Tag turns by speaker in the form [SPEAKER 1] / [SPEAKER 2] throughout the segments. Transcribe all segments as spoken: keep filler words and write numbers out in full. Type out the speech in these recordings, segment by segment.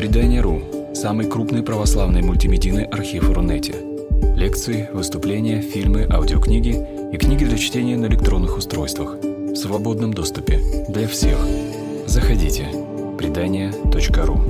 [SPEAKER 1] Предание.ру – самый крупный православный мультимедийный архив в Рунете. Лекции, выступления, фильмы, аудиокниги и книги для чтения на электронных устройствах в свободном доступе для всех. Заходите. предание точка ру.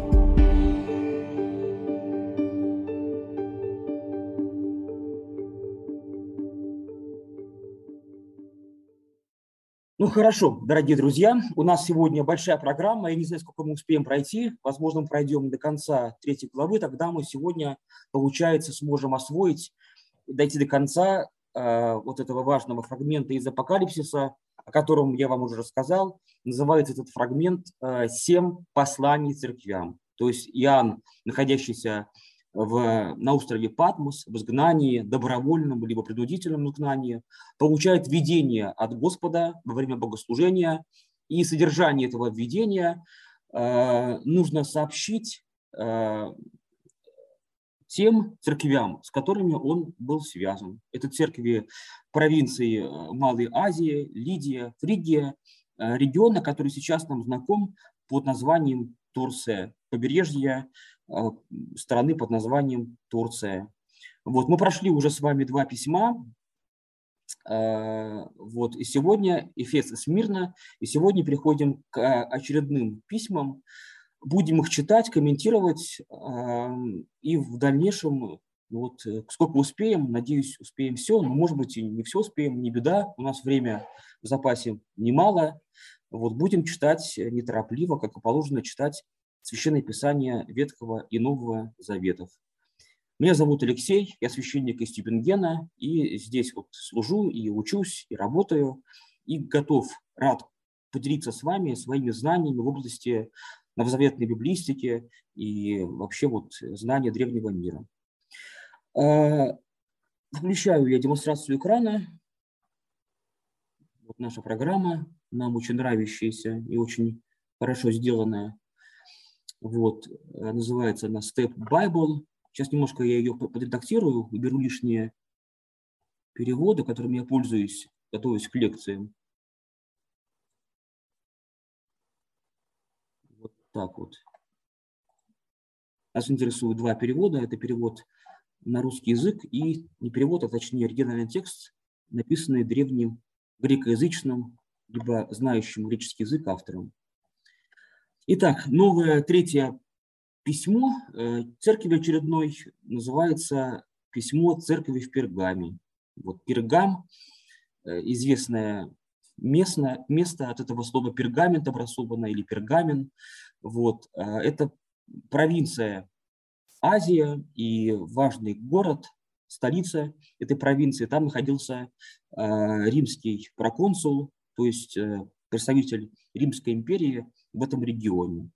[SPEAKER 2] Ну хорошо, дорогие друзья, у нас сегодня большая программа, я не знаю, сколько мы успеем пройти, возможно, мы пройдем до конца третьей главы, тогда мы сегодня, получается, сможем освоить, дойти до конца э, вот этого важного фрагмента из Апокалипсиса, о котором я вам уже рассказал. Называется этот фрагмент э, «Семь посланий церквям». То есть Иоанн, находящийся в, на острове Патмос, в изгнании, добровольном либо принудительном изгнании, получает видение от Господа во время богослужения, и содержание этого видения э, нужно сообщить э, тем церквям, с которыми он был связан. Это церкви провинции Малой Азии, Лидия, Фригия, э, региона, который сейчас нам знаком под названием Турция, побережье страны под названием Турция. Вот, мы прошли уже с вами два письма. Вот, и сегодня Эфес и Смирна, и сегодня переходим к очередным письмам. Будем их читать, комментировать, и в дальнейшем, вот, сколько успеем, надеюсь, успеем все, но, может быть, и не все успеем, не беда, у нас время в запасе немало. Вот, будем читать неторопливо, как и положено читать Священное Писание Ветхого и Нового Заветов. Меня зовут Алексей, я священник из Тюбингена, и здесь вот служу, и учусь, и работаю, и готов, рад поделиться с вами своими знаниями в области новозаветной библистики и вообще вот знания древнего мира. Включаю я демонстрацию экрана. Вот наша программа, нам очень нравящаяся и очень хорошо сделанная. Вот, называется она Step Bible. Сейчас немножко я ее подредактирую, уберу лишние переводы, которыми я пользуюсь, готовясь к лекциям. Вот так вот. Нас интересуют два перевода. Это перевод на русский язык и не перевод, а точнее оригинальный текст, написанный древним грекоязычным, либо знающим греческий язык автором. Итак, новое третье письмо церкви очередной называется «Письмо церкви в Пергаме». Вот Пергам, известное место, место от этого слова пергамент образовано или пергамен. Вот, это провинция Азия и важный город, столица этой провинции. Там находился римский проконсул, то есть представитель Римской империи в этом регионе.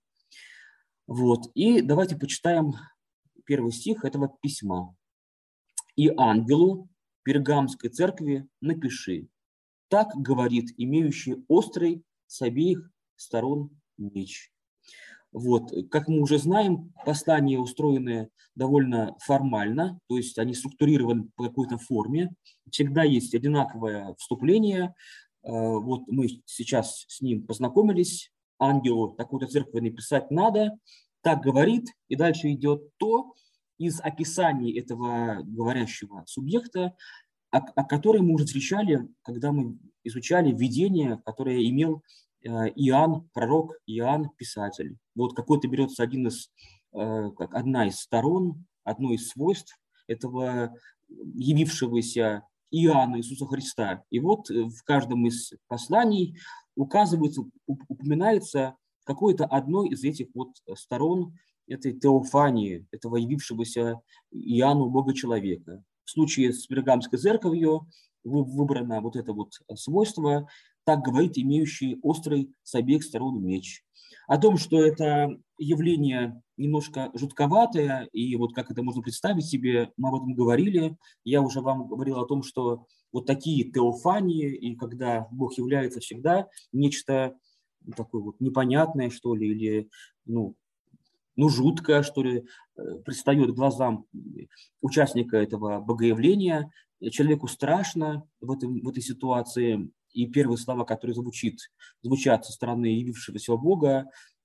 [SPEAKER 2] Вот. И давайте почитаем первый стих этого письма. «И ангелу Пергамской церкви напиши: так говорит имеющий острый с обеих сторон меч». Вот. Как мы уже знаем, послания устроены довольно формально, то есть они структурированы по какой-то форме. Всегда есть одинаковое вступление. Вот мы сейчас с ним познакомились. Ангелу такой-то церкви написать надо, так говорит, и дальше идет то из описаний этого говорящего субъекта, о, о котором мы уже встречали, когда мы изучали видение, которое имел Иоанн, пророк, Иоанн, писатель. Вот какой-то берется один из, как одна из сторон, одно из свойств этого явившегося Иоанна Иисуса Христа. И вот в каждом из посланий указывается, упоминается какое-то одно из этих вот сторон этой теофании, этого явившегося Иоанну Бога-человека. В случае с Пергамской церковью выбрано вот это вот свойство, так говорит имеющий острый с обеих сторон меч. О том, что это явление немножко жутковатое, и вот как это можно представить себе, мы об этом говорили. Я уже вам говорил о том, что вот такие теофании, и когда Бог является всегда нечто такое вот непонятное, что ли, или ну, ну, жуткое, что ли, предстает глазам участника этого богоявления. Человеку страшно в, этом, в этой ситуации, и первые слова, которые звучит, звучат со стороны явившегося Бога,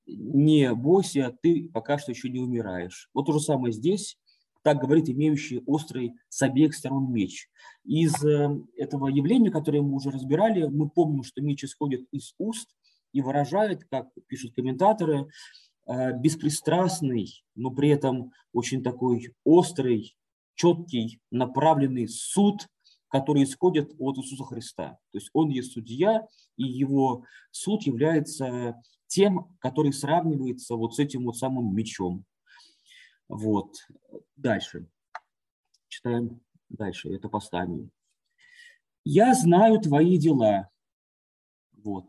[SPEAKER 2] не бойся, ты пока что еще не умираешь. Вот то же самое здесь. Так говорит имеющий острый с обеих сторон меч. Из этого явления, которое мы уже разбирали, мы помним, что меч исходит из уст и выражает, как пишут комментаторы, беспристрастный, но при этом очень такой острый, четкий, направленный суд, который исходит от Иисуса Христа. То есть он есть судья, и его суд является тем, который сравнивается вот с этим вот самым мечом. Вот. Дальше. Читаем дальше это послание. «Я знаю твои дела, вот,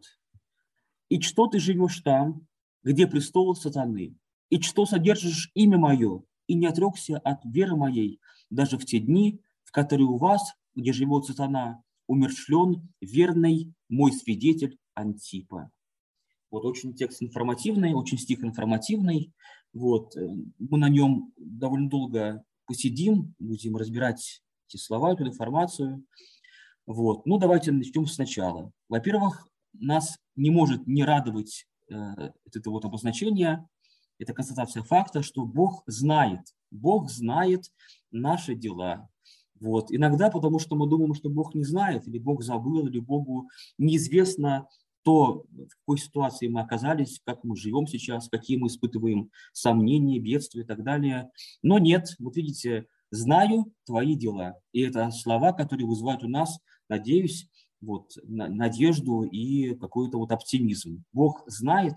[SPEAKER 2] и что ты живешь там, где престол сатаны, и что содержишь имя мое, и не отрекся от веры моей, даже в те дни, в которые у вас, где живет сатана, умерщвлен верный мой свидетель Антипа». Вот очень текст информативный, очень стих информативный. Вот. Мы на нем довольно долго посидим, будем разбирать эти слова, эту информацию. Вот. Ну, давайте начнем сначала. Во-первых, нас не может не радовать э, это вот обозначение, это констатация факта, что Бог знает, Бог знает наши дела. Вот. Иногда потому, что мы думаем, что Бог не знает, или Бог забыл, или Богу неизвестно то, в какой ситуации мы оказались, как мы живем сейчас, какие мы испытываем сомнения, бедствия и так далее. Но нет, вот видите, знаю твои дела. И это слова, которые вызывают у нас, надеюсь, вот, надежду и какой-то вот оптимизм. Бог знает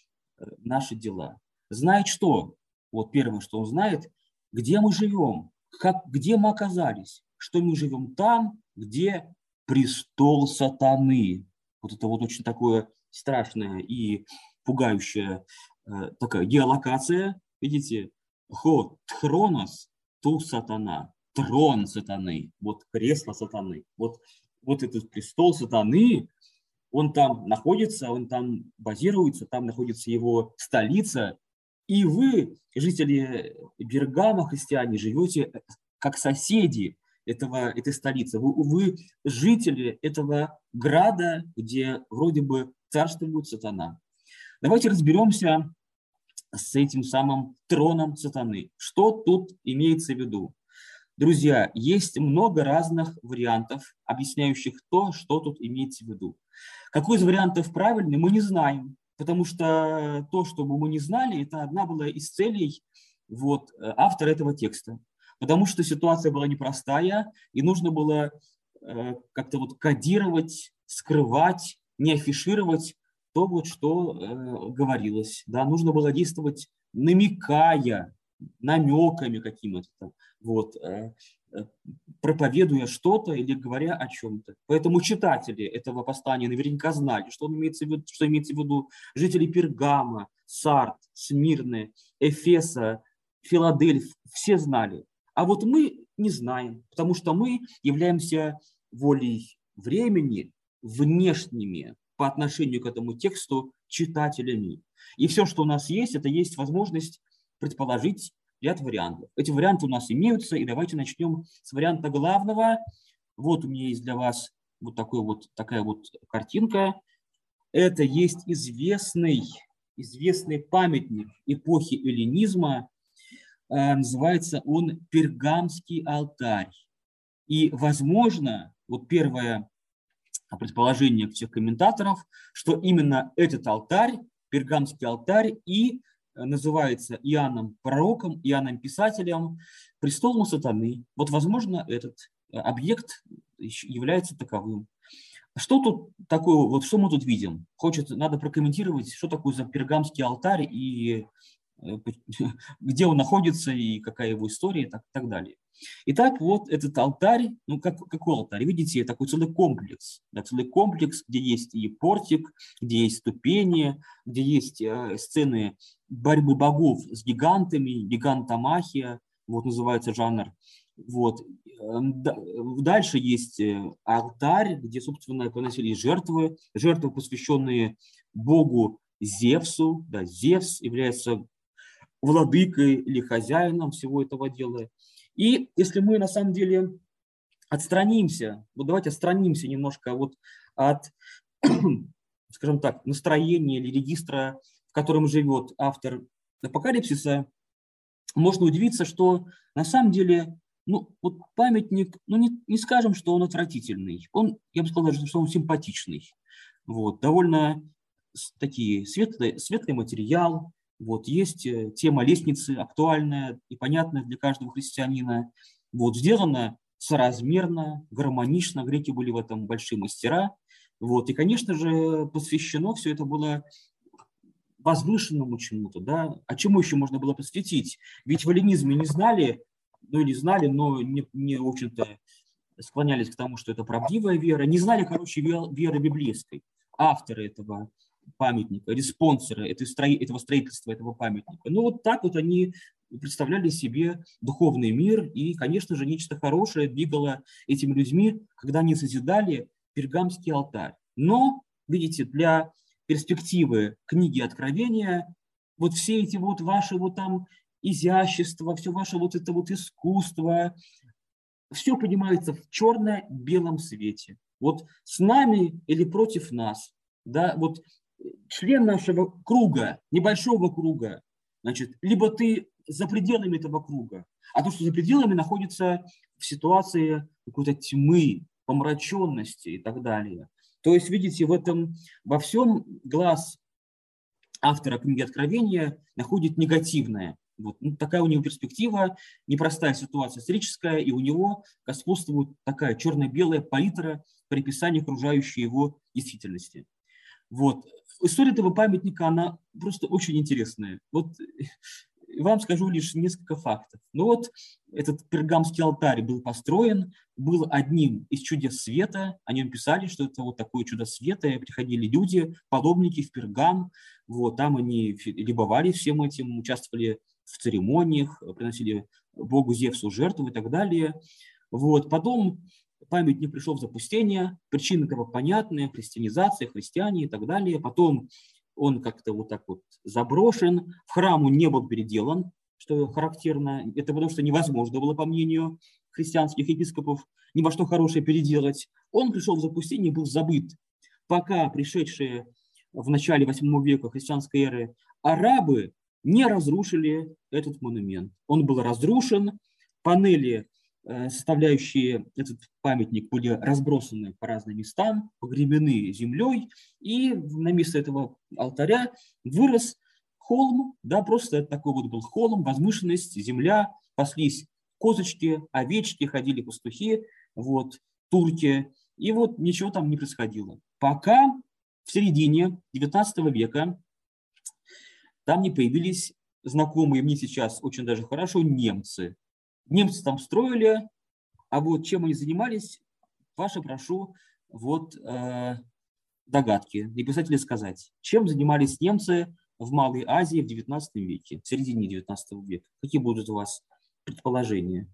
[SPEAKER 2] наши дела. Знает что? Вот первое, что он знает, где мы живем, как, где мы оказались, что мы живем там, где престол сатаны. Вот это вот очень такое страшное и пугающая э, такая геолокация. Видите, хо, тхронос, ту сатана, трон сатаны, вот кресло сатаны. Вот, вот этот престол сатаны, он там находится, он там базируется, там находится его столица. И вы, жители Пергама, христиане, живете как соседи этого, этой столицы. Вы, вы жители этого града, где вроде бы царствует сатана. Давайте разберемся с этим самым троном сатаны. Что тут имеется в виду? Друзья, есть много разных вариантов, объясняющих то, что тут имеется в виду. Какой из вариантов правильный, мы не знаем, потому что то, что мы не знали, это одна была из целей вот, автора этого текста. Потому что ситуация была непростая, и нужно было э, как-то вот кодировать, скрывать, не афишировать то, вот, что э, говорилось. Да? Нужно было действовать, намекая, намеками какими-то, вот, э, э, проповедуя что-то или говоря о чем-то. Поэтому читатели этого послания наверняка знали, что, он имеется в виду, что имеется в виду жители Пергама, Сард, Смирны, Эфеса, Филадельф, все знали. А вот мы не знаем, потому что мы являемся волей времени внешними по отношению к этому тексту читателями. И все, что у нас есть, это есть возможность предположить ряд вариантов. Эти варианты у нас имеются, и давайте начнем с варианта главного. Вот у меня есть для вас вот, такой вот такая вот картинка. Это есть известный, известный памятник эпохи эллинизма. Называется он Пергамский алтарь. И, возможно, вот первое предположение всех комментаторов, что именно этот алтарь, Пергамский алтарь, и называется Иоанном Пророком, Иоанном Писателем, престолом сатаны. Вот, возможно, этот объект является таковым. Что тут такое, вот что мы тут видим? Хочется, надо прокомментировать, что такое за Пергамский алтарь и где он находится и какая его история и так, так далее. Итак, вот этот алтарь, ну как, какой алтарь? Видите, такой целый комплекс, да, целый комплекс, где есть и портик, где есть ступени, где есть э, сцены борьбы богов с гигантами, гигантомахия, вот называется жанр. Вот. Дальше есть алтарь, где, собственно, приносились жертвы, жертвы, посвященные богу Зевсу. Да, Зевс является владыкой или хозяином всего этого дела. И если мы на самом деле отстранимся, вот давайте отстранимся немножко вот от, скажем так, настроения или регистра, в котором живет автор Апокалипсиса, можно удивиться, что на самом деле, ну, вот памятник, ну, не, не скажем, что он отвратительный, он, я бы сказал даже, что он симпатичный. Вот, довольно такие светлый, светлый материал, вот, есть тема лестницы, актуальная и понятная для каждого христианина, вот, сделано соразмерно, гармонично, греки были в этом большие мастера, вот, и, конечно же, посвящено все это было возвышенному чему-то, да, а чему еще можно было посвятить? Ведь в эллинизме не знали, ну или знали, но не, не в общем-то, склонялись к тому, что это правдивая вера, не знали, короче, веры библейской. Авторы этого памятника, респонсоры этого строительства, этого памятника. Ну вот так вот они представляли себе духовный мир, и, конечно же, нечто хорошее двигало этими людьми, когда они созидали Пергамский алтарь. Но, видите, для перспективы книги Откровения, вот все эти вот ваши вот там изящества, все ваше вот это вот искусство, все понимается в черно-белом свете. Вот с нами или против нас, да, вот член нашего круга, небольшого круга, значит, либо ты за пределами этого круга, а то, что за пределами находится в ситуации какой-то тьмы, помраченности и так далее. То есть, видите, в этом, во всем глаз автора книги Откровения находит негативное. Вот. Ну, такая у него перспектива, непростая ситуация историческая, и у него господствует такая черно-белая палитра приписания окружающей его действительности. Вот. История этого памятника, она просто очень интересная. Вот вам скажу лишь несколько фактов. Ну вот этот Пергамский алтарь был построен, был одним из чудес света. О нем писали, что это вот такое чудо света. И приходили люди, паломники в Пергам. Вот, там они любовались всем этим, участвовали в церемониях, приносили богу Зевсу жертву и так далее. Вот. Потом памятник пришел в запустение. Причины этого понятны. Христианизация, христиане и так далее. Потом он как-то вот так вот заброшен, в храм он не был переделан, что характерно. Это потому что невозможно было, по мнению христианских епископов, ни во что хорошее переделать. Он пришел в запустение и был забыт, пока пришедшие в начале восьмого века христианской эры арабы не разрушили этот монумент. Он был разрушен, панели, составляющие этот памятник, были разбросаны по разным местам, погребены землей, и на место этого алтаря вырос холм, да, просто это такой вот был холм, возвышенность, земля, паслись козочки, овечки, ходили пастухи, вот, турки, и вот ничего там не происходило. Пока в середине девятнадцатого века там не появились знакомые мне сейчас очень даже хорошо немцы. Немцы там строили, а вот чем они занимались, ваши прошу вот э, догадки, не писать или сказать. Чем занимались немцы в Малой Азии в девятнадцатом веке, в середине девятнадцатого века? Какие будут у вас предположения?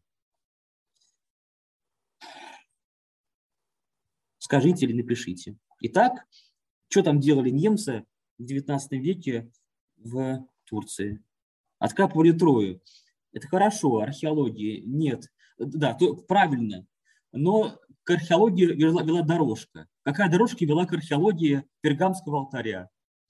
[SPEAKER 2] Скажите или напишите. Итак, что там делали немцы в девятнадцатом веке в Турции? Откапывали Трою. Это хорошо, археологии нет. Да, то, правильно. Но к археологии вела, вела дорожка. Какая дорожка вела к археологии Пергамского алтаря?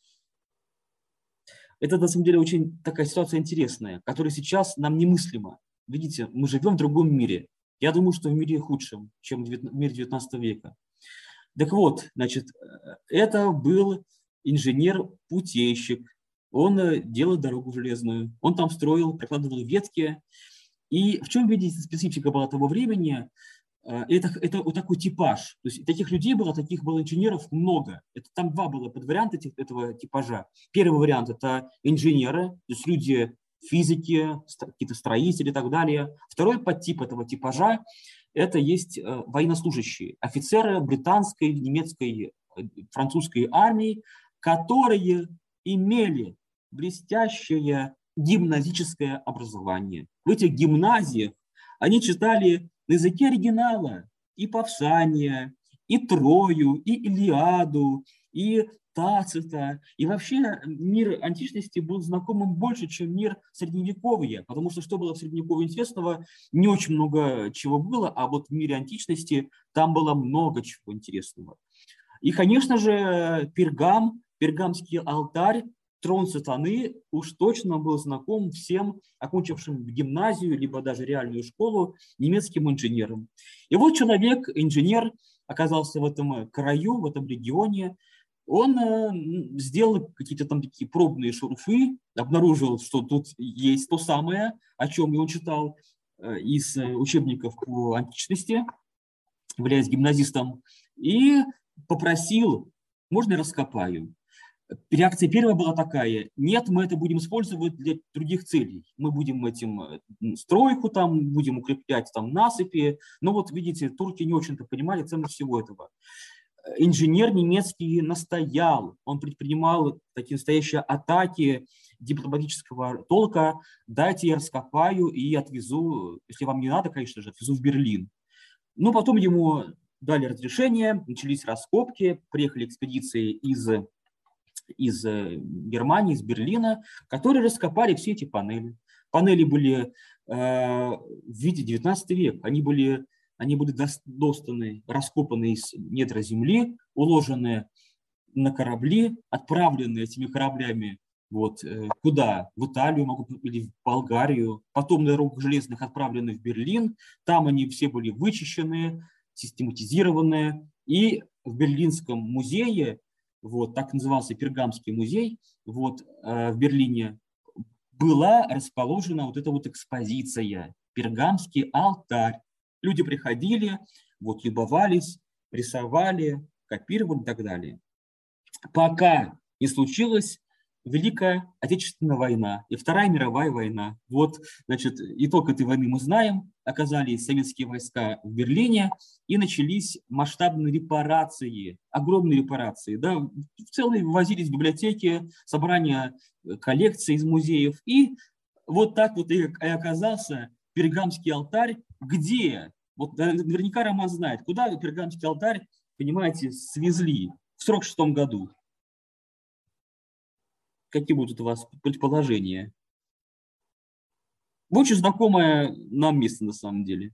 [SPEAKER 2] Это, на самом деле, очень такая ситуация интересная, которая сейчас нам немыслима. Видите, мы живем в другом мире. Я думаю, что в мире худшем, чем в мире девятнадцатого века. Так вот, значит, это был инженер-путейщик. Он делал дорогу железную, он там строил, прокладывал ветки. И в чем, видите, специфика была того времени? Это, это вот такой типаж. То есть таких людей было, таких было инженеров много. Это, там два было подварианта этого типажа. Первый вариант – это инженеры, то есть люди физики, какие-то строители и так далее. Второй подтип этого типажа – это есть военнослужащие, офицеры британской, немецкой, французской армии, которые имели блестящее гимназическое образование. В этих гимназиях они читали на языке оригинала и Павсания, и Трою, и Илиаду, и Тацита. И вообще мир античности был знакомым больше, чем мир средневековья, потому что что было в средневековье интересного, не очень много чего было, а вот в мире античности там было много чего интересного. И, конечно же, Пергам, Пергамский алтарь трон сатаны уж точно был знаком всем окончившим гимназию, либо даже реальную школу, немецким инженерам. И вот человек, инженер, оказался в этом краю, в этом регионе. Он э, сделал какие-то там такие пробные шурфы, обнаружил, что тут есть то самое, о чем он читал э, из учебников по античности, являясь гимназистом, и попросил, можно я раскопаю? Реакция первая была такая: нет, мы это будем использовать для других целей. Мы будем этим стройку там, будем укреплять там насыпи. Но вот видите, турки не очень-то понимали ценность всего этого. Инженер немецкий настоял, он предпринимал такие настоящие атаки дипломатического толка: дайте я раскопаю и отвезу, если вам не надо, конечно же, отвезу в Берлин. Но потом ему дали разрешение, начались раскопки, приехали экспедиции из из Германии, из Берлина, которые раскопали все эти панели. Панели были э, в виде девятнадцатого века, они были, они были достаны, раскопаны из недр земли, уложены на корабли, отправлены этими кораблями вот, э, куда? В Италию, могут, или в Болгарию, потом на дорогах железных отправлены в Берлин, там они все были вычищены, систематизированы, и в Берлинском музее, вот, так назывался Пергамский музей, вот, э, в Берлине, была расположена вот эта вот экспозиция, Пергамский алтарь. Люди приходили, вот, любовались, рисовали, копировали и так далее. Пока не случилась Великая Отечественная война и Вторая мировая война. Вот, значит, итог этой войны мы знаем. Оказались советские войска в Берлине, и начались масштабные репарации, огромные репарации. Да? В целом возились в библиотеки, собрания коллекций из музеев. И вот так вот и оказался Пергамский алтарь, где, вот наверняка Роман знает, куда Пергамский алтарь, понимаете, свезли в сорок шестом году. Какие будут у вас предположения? Очень знакомое нам место на самом деле.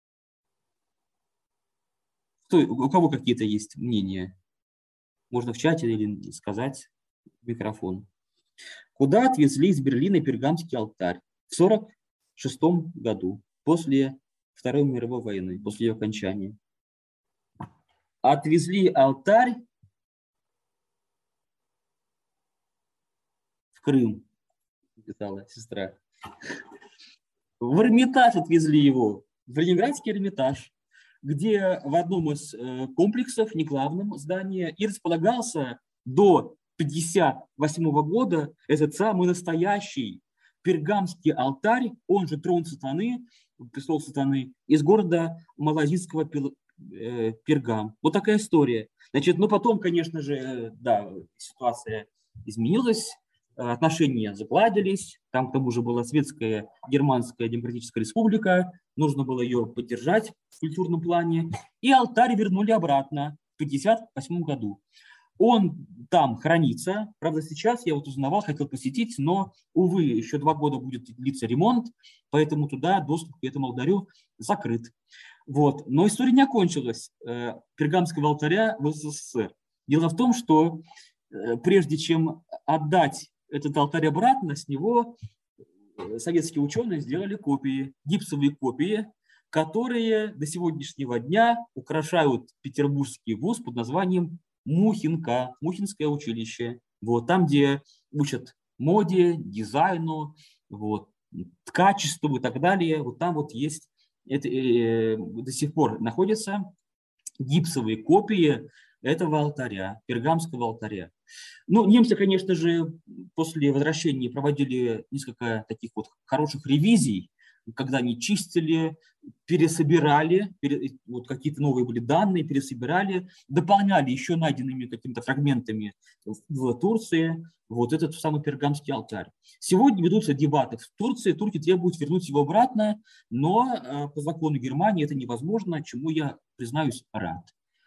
[SPEAKER 2] Кто, у кого какие-то есть мнения? Можно в чате или сказать в микрофон. Куда отвезли из Берлина Пергамский алтарь в сорок шестом году, после Второй мировой войны, после ее окончания? Отвезли алтарь в Крым, написала сестра. В Эрмитаж отвезли его, в Ленинградский Эрмитаж, где в одном из комплексов, не главном здании, и располагался до пятьдесят восьмого года этот самый настоящий Пергамский алтарь, он же трон сатаны, престол сатаны, из города малазийского Пергам. Вот такая история. Значит, ну потом, конечно же, да, ситуация изменилась, отношения загладились, там к тому же была Светская Германская Демократическая Республика, нужно было ее поддержать в культурном плане, и алтарь вернули обратно в пятьдесят восьмом году. Он там хранится, правда сейчас я вот узнавал, хотел посетить, но, увы, еще два года будет длиться ремонт, поэтому туда доступ к этому алтарю закрыт. Вот. Но история не окончилась э, Пергамского алтаря в СССР. Дело в том, что э, прежде чем отдать этот алтарь обратно, с него советские ученые сделали копии, гипсовые копии, которые до сегодняшнего дня украшают петербургский вуз под названием Мухинка, Мухинское училище. Вот, там, где учат моде, дизайну, вот, ткачеству и так далее. Вот там вот есть, это, э, до сих пор находятся гипсовые копии этого алтаря, Пергамского алтаря. Ну, немцы, конечно же, после возвращения проводили несколько таких вот хороших ревизий, когда они чистили, пересобирали, пере, вот какие-то новые были данные, пересобирали, дополняли еще найденными какими-то фрагментами в, в Турции вот этот самый Пергамский алтарь. Сегодня ведутся дебаты в Турции, турки требуют вернуть его обратно, но э, по закону Германии это невозможно, чему я, признаюсь, рад.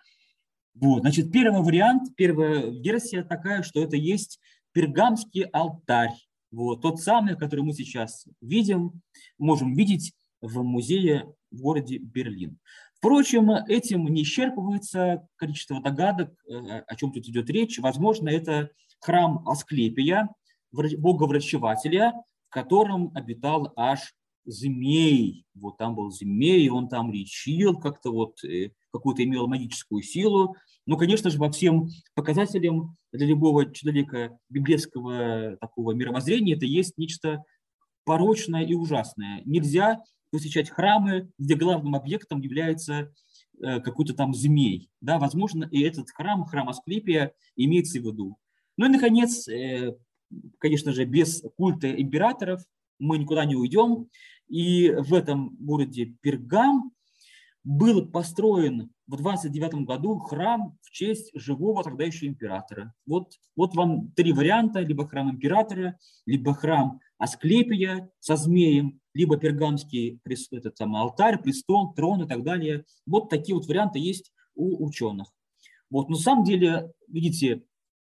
[SPEAKER 2] Вот, значит, первый вариант, первая версия такая, что это есть Пергамский алтарь. Вот, тот самый, который мы сейчас видим, можем видеть в музее в городе Берлин. Впрочем, этим не исчерпывается количество догадок, о чем тут идет речь. Возможно, это храм Асклепия, бога-врачевателя, в котором обитал аж змей. Вот там был змей, он там лечил, как-то вот какую-то имел магическую силу. Но, конечно же, по всем показателям для любого человека библейского такого мировоззрения это есть нечто порочное и ужасное. Нельзя посещать храмы, где главным объектом является какой-то там змей. Да, возможно, и этот храм, храм Асклепия, имеется в виду. Ну и, наконец, конечно же, без культа императоров мы никуда не уйдем. И в этом городе Пергам был построен в двадцать девятом году храм в честь живого тогда еще императора. Вот, вот вам три варианта: либо храм императора, либо храм Асклепия со змеем, либо пергамский этот самый алтарь, престол, трон и так далее. Вот такие вот варианты есть у ученых. Вот. Но на самом деле, видите,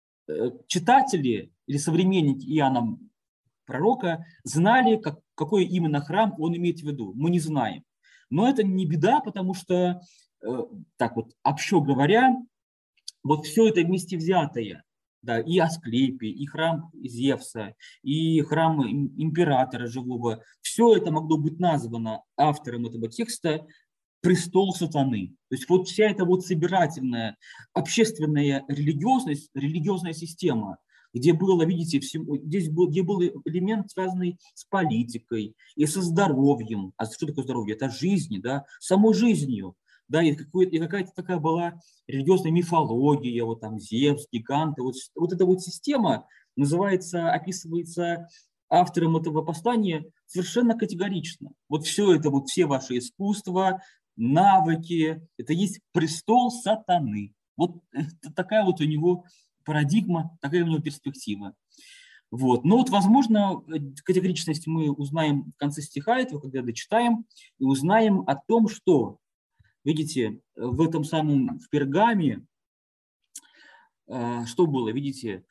[SPEAKER 2] читатели или современники Иоанна Пророка знали, как, какой именно храм он имеет в виду. Мы не знаем. Но это не беда, потому что, так вот, общо говоря, вот все это вместе взятое, да, и Асклепий, и храм Зевса, и храм императора живого, все это могло быть названо автором этого текста престол сатаны. То есть вот вся эта вот собирательная общественная религиозность, религиозная система, где было, видите, всего, здесь был, где был элемент, связанный с политикой и со здоровьем. А что такое здоровье? Это жизнь, да, самой жизнью. Да, и, и какая-то такая была религиозная мифология, вот там Зевс, гиганты. Вот, вот эта вот система называется, описывается автором этого послания совершенно категорично. Вот все это, вот все ваши искусства, навыки, это есть престол сатаны. Вот такая вот у него парадигма, такая у него перспектива. Вот. Но вот, возможно, категоричность мы узнаем в конце стиха этого, когда дочитаем, и узнаем о том, что, видите, в этом самом, в Пергаме, что было, видите,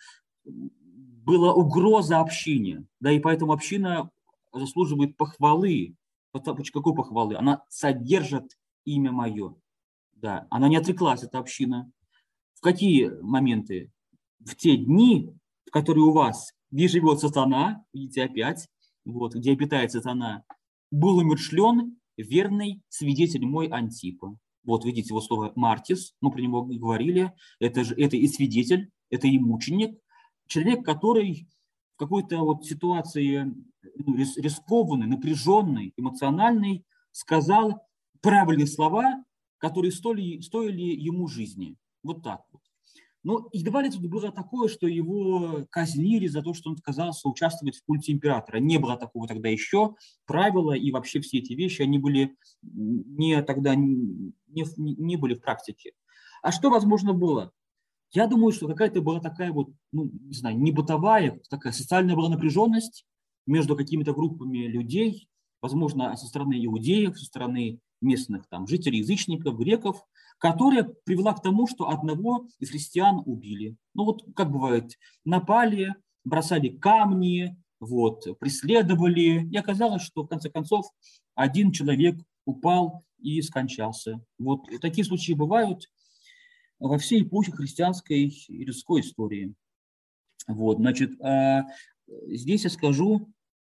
[SPEAKER 2] была угроза общине, да, и поэтому община заслуживает похвалы. Какой похвалы? Она содержит имя мое, да, она не отреклась, эта община. В какие моменты? В те дни, в которые у вас, где живет сатана, видите опять, вот, где обитает сатана, был умершлен верный свидетель мой Антипа. Вот видите, вот слово «мартис», мы про него говорили, это, же, это и свидетель, это и мученик, человек, который в какой-то вот ситуации ну, рискованной, напряженной, эмоциональной сказал правильные слова, которые стоили, стоили ему жизни. Вот так вот. Но едва ли тут было такое, что его казнили за то, что он отказался участвовать в культе императора. Не было такого тогда еще. Правила и вообще все эти вещи, они были не, тогда не, не были в практике. А что возможно было? Я думаю, что какая-то была такая вот, ну, не знаю, не бытовая, такая социальная была напряженность между какими-то группами людей, возможно, со стороны иудеев, со стороны местных там жителей, язычников, греков, которая привела к тому, что одного из христиан убили. Ну вот как бывает, напали, бросали камни, вот, преследовали, и оказалось, что в конце концов один человек упал и скончался. Вот такие случаи бывают во всей эпохе христианской и людской истории. Вот, значит, здесь я скажу,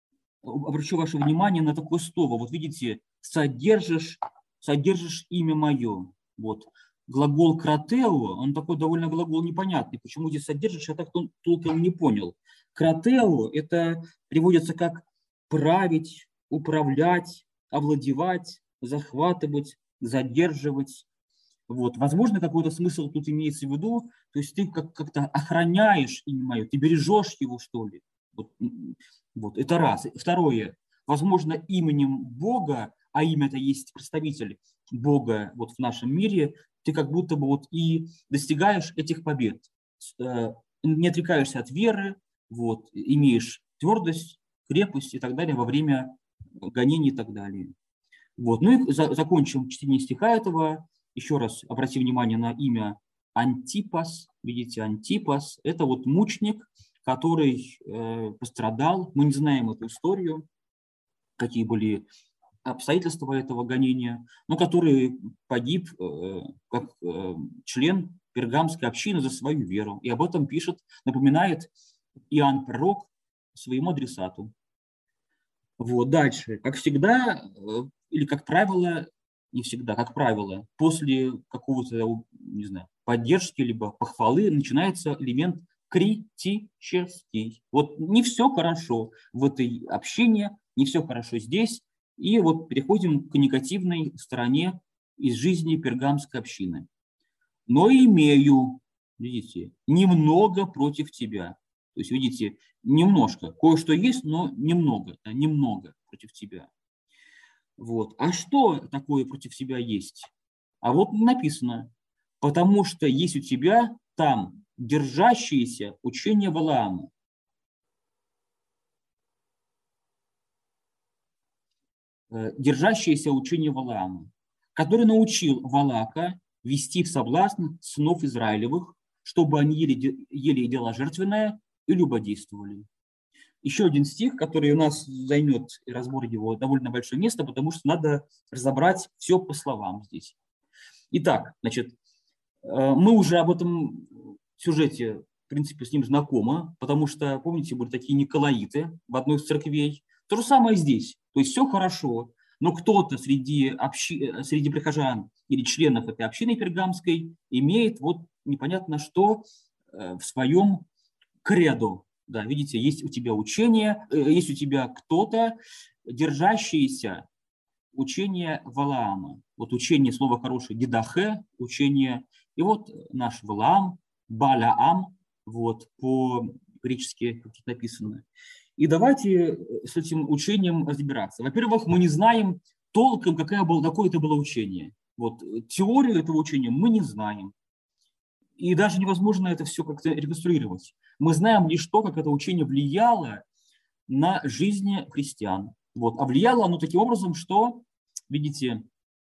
[SPEAKER 2] обращу ваше внимание на такое слово. Вот видите, содержишь, содержишь имя мое. Вот. Глагол кратео, он такой довольно глагол непонятный. Почему здесь содержишь, я так толком не понял. Кратео, это переводится как править, управлять, овладевать, захватывать, задерживать. Вот. Возможно, какой-то смысл тут имеется в виду. То есть ты как- как-то охраняешь имя мое, ты бережешь его, что ли. Вот. Вот. Это раз. Второе. Возможно, именем Бога, а имя это есть представитель Бога вот в нашем мире, ты как будто бы вот и достигаешь этих побед. Не отрекаешься от веры, вот, имеешь твердость, крепость и так далее во время гонений и так далее. Вот. Ну и за, закончим чтение стиха этого. Еще раз обратим внимание на имя Антипас. Видите, Антипас – это вот мученик, который э, пострадал. Мы не знаем эту историю, какие были обстоятельства этого гонения, но который погиб э, как э, член пергамской общины за свою веру. И об этом пишет, напоминает Иоанн Пророк своему адресату. Вот, дальше. Как всегда, или как правило, не всегда, как правило, после какого-то, не знаю, поддержки либо похвалы начинается элемент критический. Вот не все хорошо в этой общине, не все хорошо здесь. И вот переходим к негативной стороне из жизни пергамской общины. Но имею, видите, немного против тебя. То есть, видите, немножко. Кое-что есть, но немного, да, немного против тебя. Вот. А что такое против тебя есть? А вот написано, потому что есть у тебя там держащиеся учения Валаама. Держащиеся учения Валаама, который научил Валака вести в соблазн сынов Израилевых, чтобы они ели, ели идоложертвенное и любодействовали. Еще один стих, который у нас займет разбор его довольно большое место, потому что надо разобрать все по словам здесь. Итак, значит, мы уже об этом сюжете, в принципе, с ним знакомы, потому что, помните, были такие николаиты в одной из церквей. То же самое здесь. То есть все хорошо, но кто-то среди, общи... среди прихожан или членов этой общины пергамской имеет вот непонятно что в своем кредо. Да, видите, есть у тебя учение, есть у тебя кто-то, держащийся учение Валаама. Вот учение, слово хорошее, дидахе, учение. И вот наш Валаам, Балаам, вот по-гречески как тут написано. И давайте с этим учением разбираться. Во-первых, мы не знаем толком, какое, было, какое это было учение. Вот теорию этого учения мы не знаем. И даже невозможно это все как-то реконструировать. Мы знаем лишь то, как это учение влияло на жизнь христиан. Вот. А влияло оно таким образом, что, видите,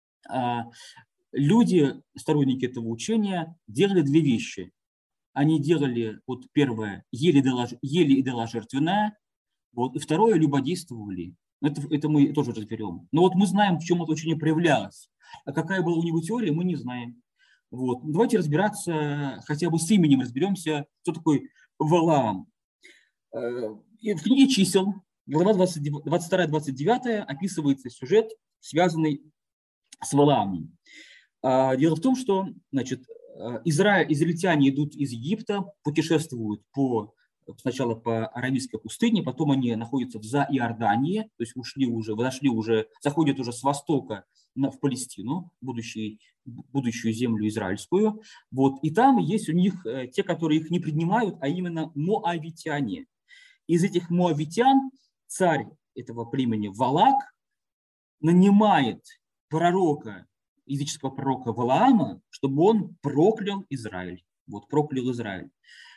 [SPEAKER 2] люди, сторонники этого учения, делали две вещи. Они делали, вот первое, ели идоложертвенное, вот, и второе, любодействовали. Это, это мы тоже разберем. Но вот мы знаем, в чем это учение проявлялось. А какая была у него теория, мы не знаем. Вот. Давайте разбираться, хотя бы с именем разберемся, кто такой Валаам. В книге чисел, глава двадцать вторая двадцать девятая, описывается сюжет, связанный с Валаамом. Дело в том, что, значит, Израиль, израильтяне идут из Египта, путешествуют по, сначала по Аравийской пустыне, потом они находятся в Заиордании, то есть ушли уже, подошли уже, заходят уже с востока в Палестину, будущий, будущую землю израильскую. Вот. И там есть у них те, которые их не принимают, а именно моавитяне. Из этих моавитян царь этого племени Валак нанимает пророка, языческого пророка Валаама, чтобы он проклял Израиль. Вот, проклял Израиль.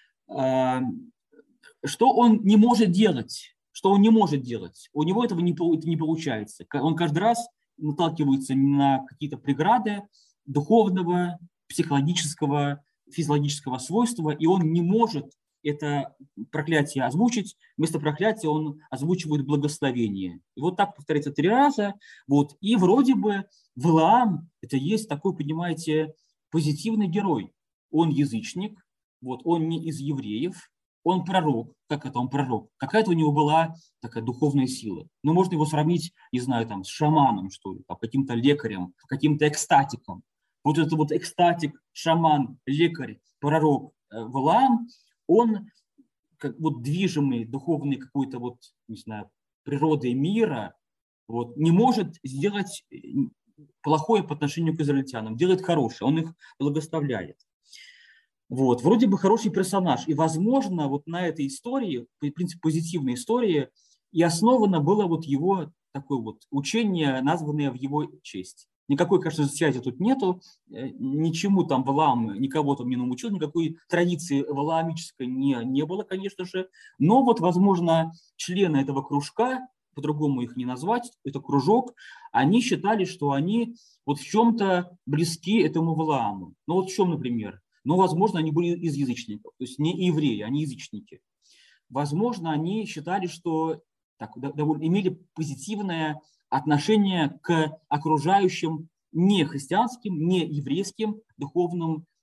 [SPEAKER 2] Что он не может делать? Что он не может делать? У него этого не, это не получается. Он каждый раз наталкивается на какие-то преграды духовного, психологического, физиологического свойства, и он не может это проклятие озвучить. Вместо проклятия он озвучивает благословение. И вот так повторяется три раза. Вот. И вроде бы Валаам – это есть такой, понимаете, позитивный герой. Он язычник, вот, он не из евреев, он пророк. Как это он пророк? Какая-то у него была такая духовная сила. Ну, можно его сравнить, не знаю, там, с шаманом, что ли, каким-то лекарем, каким-то экстатиком. Вот это вот экстатик, шаман, лекарь, пророк Валаам, он как вот движимый духовной какой-то вот, не знаю, природой мира, вот, не может сделать плохое по отношению к израильтянам, делает хорошее, он их благословляет. Вот, вроде бы хороший персонаж. И, возможно, вот на этой истории, в принципе, позитивной истории, и основано было вот его такое вот учение, названное в его честь. Никакой, конечно, связи тут нету, ничему там Валаам, никого там не научил, никакой традиции валаамической не, не было, конечно же. Но вот, возможно, члены этого кружка, по-другому их не назвать, это кружок, они считали, что они вот в чем-то близки этому Валааму. Ну вот в чем, например? Ну, возможно, они были из язычников, то есть не евреи, они язычники. Возможно, они считали, что так, довольно, имели позитивное отношение к окружающим не христианским, не еврейским духовным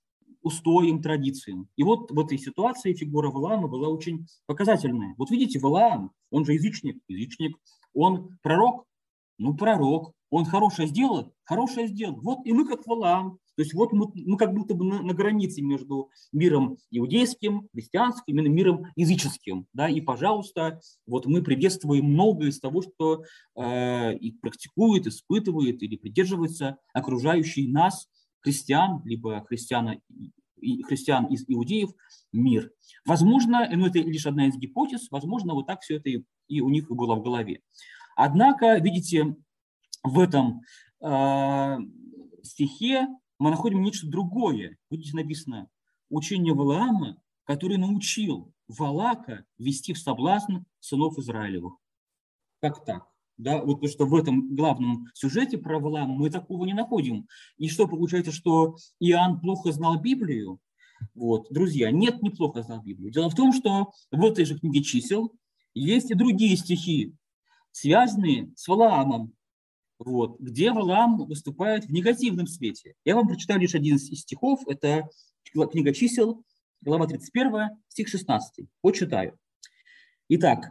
[SPEAKER 2] устоям, традициям. И вот в этой ситуации фигура Валаама была очень показательная. Вот видите, Валаам, он же язычник, язычник, он пророк, ну пророк, он хорошее сделал, хорошее сделал. Вот и мы как Валаам. То есть вот мы, мы как будто бы на, на границе между миром иудейским, христианским и миром языческим. Да? И, пожалуйста, вот мы приветствуем многое из того, что э, и практикует, испытывает или придерживается окружающий нас, христиан, либо христиан, христиан из иудеев, мир. Возможно, ну это лишь одна из гипотез, возможно, вот так все это и, и у них было в голове. Однако, видите, в этом э, стихе мы находим нечто другое. Видите, написано «учение Валаама, который научил Валака вести в соблазн сынов Израилевых». Как так? Да, вот потому что в этом главном сюжете про Валаама мы такого не находим. И что получается, что Иоанн плохо знал Библию? Вот, друзья, нет, неплохо знал Библию. Дело в том, что в этой же книге чисел есть и другие стихи, связанные с Валаамом, вот, где Валаам выступает в негативном свете. Я вам прочитаю лишь один из стихов, это книга чисел, глава тридцать один, стих шестнадцатый. Почитаю. Итак,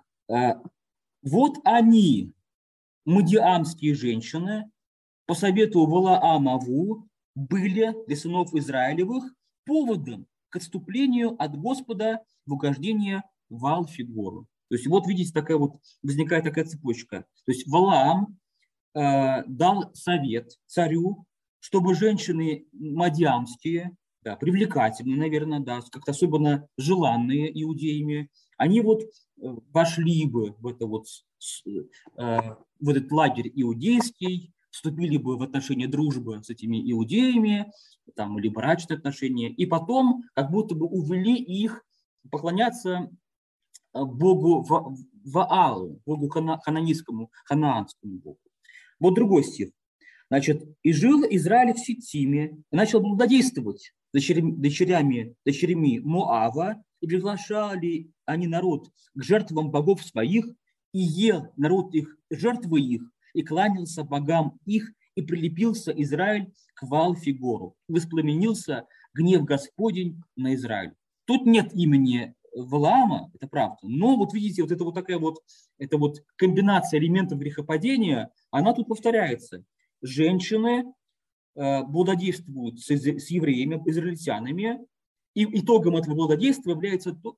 [SPEAKER 2] вот они, мадиамские женщины, по совету Валаамову, были для сынов Израилевых поводом к отступлению от Господа в угождение Ваал-Фигору. То есть вот видите, такая вот возникает такая цепочка. То есть Валаам э, дал совет царю, чтобы женщины мадиамские, да, привлекательные, наверное, да, как-то особенно желанные иудеями, они вот вошли бы в, это вот, э, в этот лагерь иудейский, вступили бы в отношения дружбы с этими иудеями, там, или брачные отношения, и потом как будто бы увели их поклоняться богу Ваалу, богу хананистскому, ханаанскому богу. Вот другой стих. Значит, «И жил Израиль в Ситиме, и начал блудодействовать дочерями, дочерями, дочерями Моава, и приглашали они народ к жертвам богов своих, и ел народ их жертвы их, и кланялся богам их, и прилепился Израиль к Ваал-Фигору. Воспламенился гнев Господень на Израиль». Тут нет имени Валаама, это правда, но вот видите, вот это вот такая вот, это вот комбинация элементов грехопадения, она тут повторяется. Женщины э, блудодействуют с, с евреями, израильтянами, и итогом этого блудодействия является то,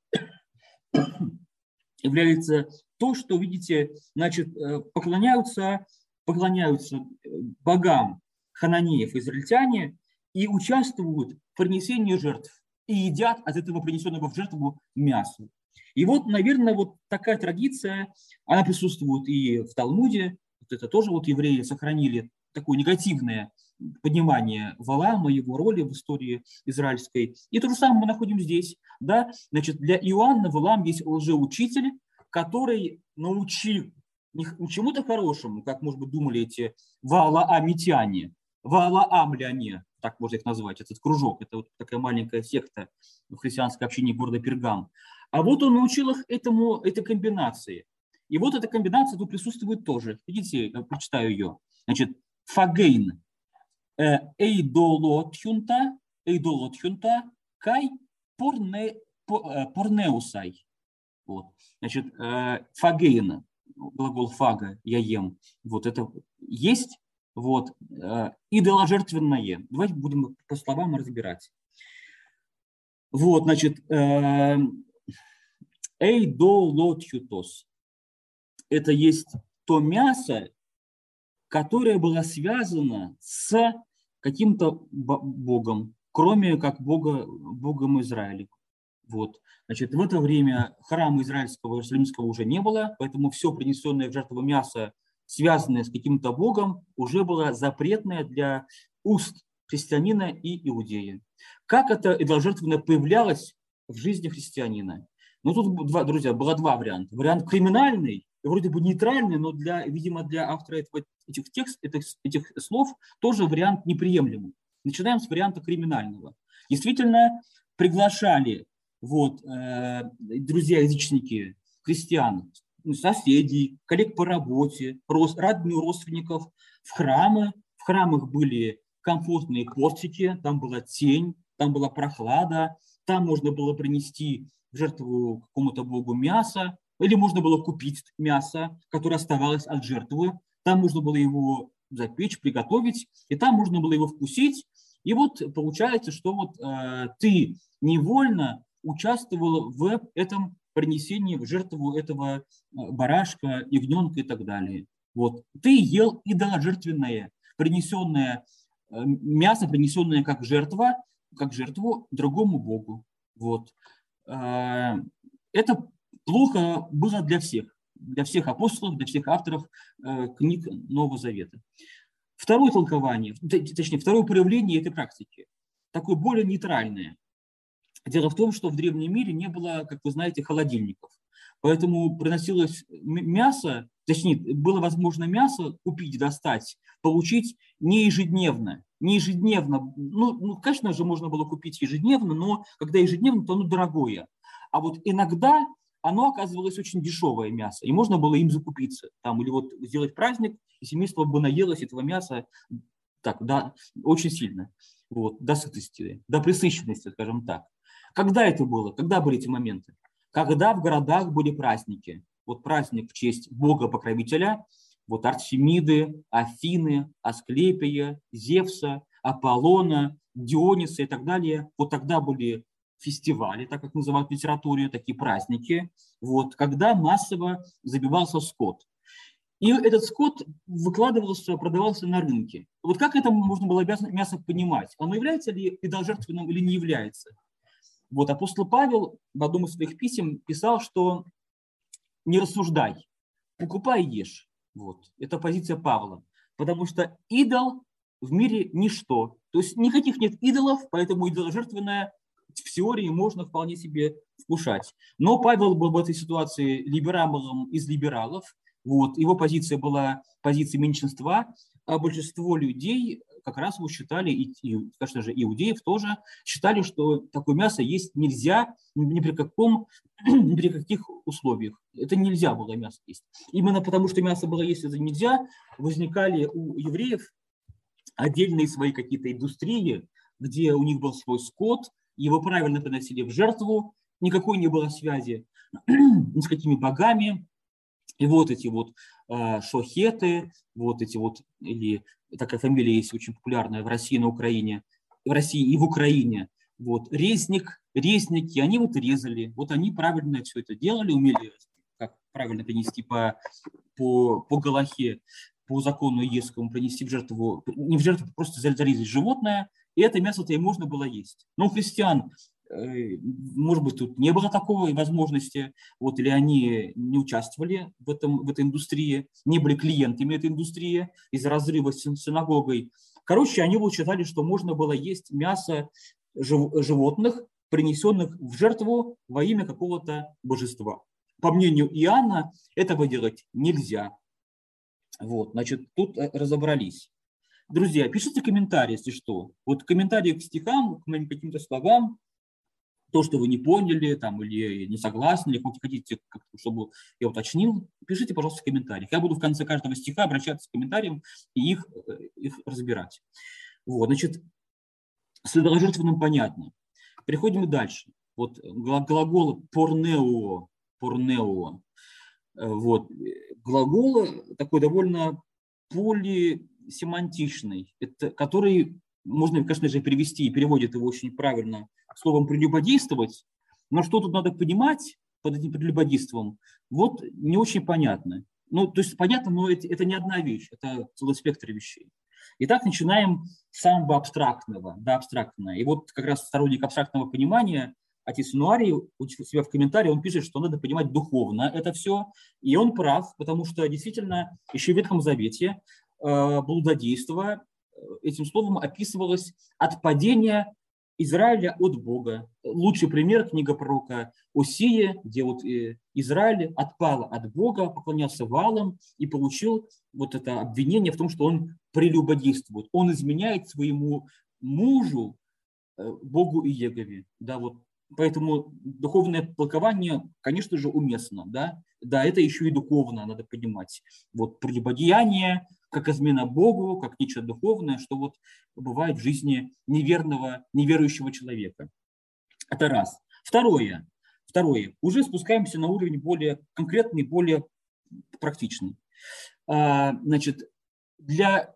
[SPEAKER 2] является то, что, видите, значит, поклоняются, поклоняются богам хананеев, израильтяне, и участвуют в принесении жертв, и едят от этого принесенного в жертву мяса. И вот, наверное, вот такая традиция, она присутствует и в Талмуде, вот это тоже вот евреи сохранили такое негативное понимание Валаама, его роли в истории израильской. И то же самое мы находим здесь. Да? Значит, для Иоанна Валаам есть лжеучитель, который научил не чему-то хорошему, как, может быть, думали эти валаамитяне, валаамляне, так можно их назвать, этот кружок, это вот такая маленькая секта в христианской общине города Пергам. А вот он научил их этому, этой комбинации. И вот эта комбинация тут присутствует тоже. Видите, я прочитаю ее. Значит, фагейн, эйдолотхюнта, эйдолотхюнта, кай порне, порнеусай. Вот. Значит, фагейн, глагол фага, я ем, вот это есть, вот, идоложертвенное. Давайте будем по словам разбирать. Вот, значит, эйдолотхютос. Это есть то мясо, которое было связано с каким-то богом, кроме как бога, богом Израиля. Вот. Значит, в это время храма израильского, иерусалимского уже не было, поэтому все принесенное в жертву мясо, связанное с каким-то богом, уже было запретное для уст христианина и иудея. Как это идоложертвенное появлялось в жизни христианина? Ну, тут, два, друзья, было два варианта. Вариант криминальный, вроде бы нейтральный, но, для, видимо, для автора этого, этих, текст, этих, этих слов тоже вариант неприемлемый. Начинаем с варианта криминального. Действительно, приглашали вот, э, друзья-язычники, христиан, соседей, коллег по работе, род, родственников в храмы. В храмах были комфортные портики, там была тень, там была прохлада, там можно было принести в жертву какому-то богу мясо, или можно было купить мясо, которое оставалось от жертвы, там можно было его запечь, приготовить, и там можно было его вкусить. И вот получается, что вот э, ты невольно участвовал в этом принесении в жертву этого барашка, ягненка и так далее. Вот. Ты ел идоложертвенное, принесенное э, мясо, принесенное как жертва, как жертву другому богу. Вот. Э, это плохо было для всех, для всех апостолов, для всех авторов э, книг Нового Завета. Второе толкование, точнее, второе проявление этой практики, такое более нейтральное. Дело в том, что в древнем мире не было, как вы знаете, холодильников. Поэтому приносилось мясо, точнее, было возможно мясо купить, достать, получить не ежедневно. Не ежедневно, ну, ну, конечно же, можно было купить ежедневно, но когда ежедневно, то оно дорогое. А вот иногда оно оказывалось очень дешевое мясо, и можно было им закупиться. Там, или вот сделать праздник, и семейство бы наелось этого мяса так, да, очень сильно, вот, до сытости, до пресыщенности, скажем так. Когда это было? Когда были эти моменты? Когда в городах были праздники. Вот праздник в честь бога-покровителя, вот Артемиды, Афины, Асклепия, Зевса, Аполлона, Диониса и так далее. Вот тогда были фестивали, так как называют в литературе, такие праздники, вот, когда массово забивался скот. И этот скот выкладывался, продавался на рынке. Вот как это можно было мясо понимать? Оно является ли идоложертвенным или не является? Вот апостол Павел в одном из своих писем писал, что не рассуждай, покупай и ешь. Вот. Это позиция Павла. Потому что идол в мире ничто. То есть никаких нет идолов, поэтому идоложертвенное в теории можно вполне себе вкушать. Но Павел был в этой ситуации либералом из либералов. Вот. Его позиция была позицией меньшинства, а большинство людей как раз его считали, и, и, конечно же, иудеев тоже, считали, что такое мясо есть нельзя ни при, каком, ни при каких условиях. Это нельзя было мясо есть. Именно потому, что мясо было есть это нельзя, возникали у евреев отдельные свои какие-то индустрии, где у них был свой скот, его правильно приносили в жертву, никакой не было связи ни с какими богами. И вот эти вот э, шохеты, вот эти вот, или такая фамилия есть очень популярная в России, на Украине, в России и в Украине, вот, резник, резники, они вот резали, вот они правильно все это делали, умели, как правильно принести по, по, по галахе, по закону иезскому, принести в жертву, не в жертву, просто зарезать животное, и это мясо-то и можно было есть. Но у христиан, может быть, тут не было такой возможности, вот, или они не участвовали в, этом, в этой индустрии, не были клиентами этой индустрии из-за разрыва с синагогой. Короче, они вот считали, что можно было есть мясо жив, животных, принесенных в жертву во имя какого-то божества. По мнению Иоанна, этого делать нельзя. Вот, значит, тут разобрались. Друзья, пишите комментарии, если что. Вот комментарии к стихам, к моим каким-то словам, то, что вы не поняли, там, или не согласны, или хотите, чтобы я уточнил, пишите, пожалуйста, в комментариях. Я буду в конце каждого стиха обращаться к комментариям и их, их разбирать. Вот, значит, с идоложертвенным понятно. Переходим дальше. Вот глагол порнео, порнео. Вот, глагол такой довольно полисемантичный, это, который можно, конечно же, перевести, и переводит его очень правильно словом «прелюбодействовать», но что тут надо понимать под этим прелюбодейством, вот не очень понятно. Ну, то есть понятно, но это, это не одна вещь, это целый спектр вещей. Итак, начинаем с самого абстрактного, да, абстрактного. И вот как раз сторонник абстрактного понимания, отец Януарий, у себя в комментарии, он пишет, что надо понимать духовно это все, и он прав, потому что действительно еще в Ветхом Завете э, блудодейство этим словом описывалось отпадение Израиля от Бога. Лучший пример — книга пророка Осии, где вот Израиль отпал от Бога, поклонялся Ваалам и получил вот это обвинение в том, что он прелюбодействует. Он изменяет своему мужу, Богу Иегове. Да, вот. Поэтому духовное толкование, конечно же, уместно. Да? Да, это еще и духовно, надо понимать. Вот прелюбодеяние, как измена Богу, как нечто духовное, что вот бывает в жизни неверного, неверующего человека. Это раз. Второе. Второе. Уже спускаемся на уровень более конкретный, более практичный. Значит, для...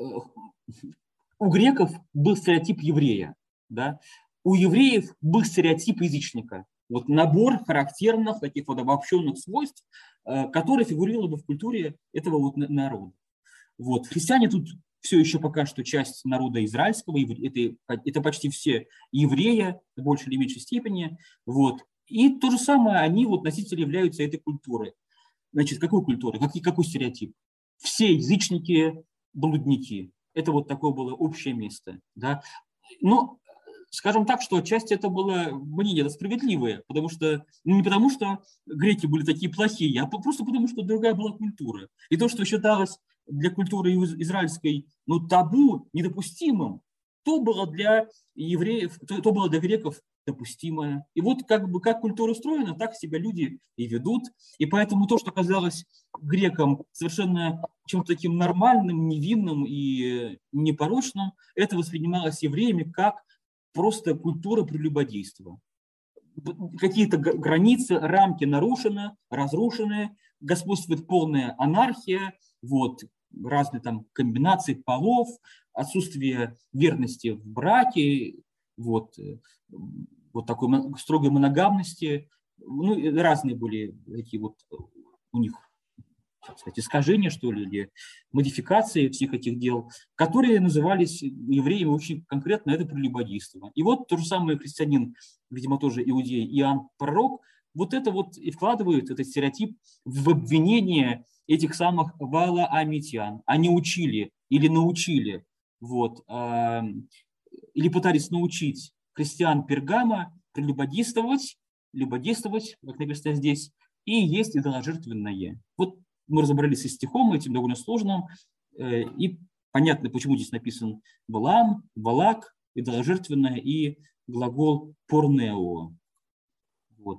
[SPEAKER 2] У греков был стереотип еврея, да? У евреев был стереотип язычника. Вот набор характерных таких вот обобщенных свойств, которые фигурировали бы в культуре этого вот народа. Вот. Христиане тут все еще пока что часть народа израильского, это, это почти все евреи в большей или меньшей степени. Вот. И то же самое, они вот носители являются этой культуры. Значит, какой культуры? Какой, какой стереотип? Все язычники, блудники. Это вот такое было общее место. Да? Но, скажем так, что отчасти это было мнение справедливое, потому что, ну, не потому что греки были такие плохие, а просто потому что другая была культура. И то, что считалось для культуры израильской, ну, табу, недопустимым, то было для евреев, то, то было для греков допустимое. И вот как бы как культура устроена, так себя люди и ведут. И поэтому то, что казалось грекам совершенно чем-то таким нормальным, невинным и непорочным, это воспринималось евреями как просто культура прелюбодейства. Какие-то границы, рамки нарушены, разрушены, господствует полная анархия, вот, разные там комбинации полов, отсутствие верности в браке, вот, вот такой строгой моногамности, ну, разные были такие вот у них, так сказать, искажения, что ли, или модификации всех этих дел, которые назывались евреями очень конкретно, это прелюбодейство. И вот то же самое христианин, видимо, тоже иудей, Иоанн Пророк, вот это вот и вкладывает этот стереотип в обвинение этих самых валаамитян. Они учили или научили, вот, э, или пытались научить христиан Пергама прелюбодействовать, любодействовать, как написано здесь, и есть идоложертвенное. Вот мы разобрались со стихом этим довольно сложным, э, и понятно, почему здесь написан Валаам, Валак, идоложертвенное и глагол порнео. Вот.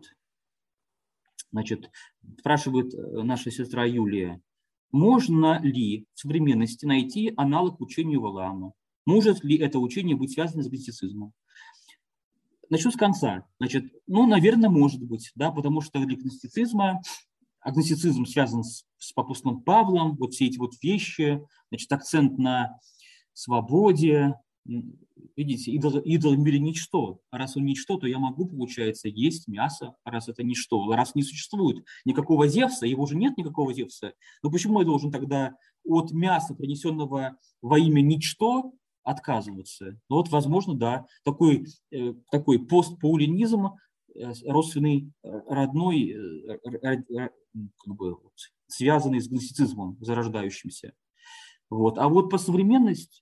[SPEAKER 2] Значит, спрашивает наша сестра Юлия, можно ли в современности найти аналог учению Валаама? Может ли это учение быть связано с гностицизмом? Начну с конца. Значит, ну, наверное, может быть, да, потому что для гностицизма, а гностицизм связан с, с апостолом Павлом, вот все эти вот вещи, значит, акцент на свободе. Видите, идол, идол в мире ничто. А раз он ничто, то я могу, получается, есть мясо, а раз это ничто. Раз не существует никакого Зевса, его же нет никакого Зевса, но почему я должен тогда от мяса, принесенного во имя ничто, отказываться? Ну вот, возможно, да, такой, э, такой постпаулинизм, э, родственный, родной, э, э, как бы, вот, связанный с гностицизмом зарождающимся. Вот. А вот по современности,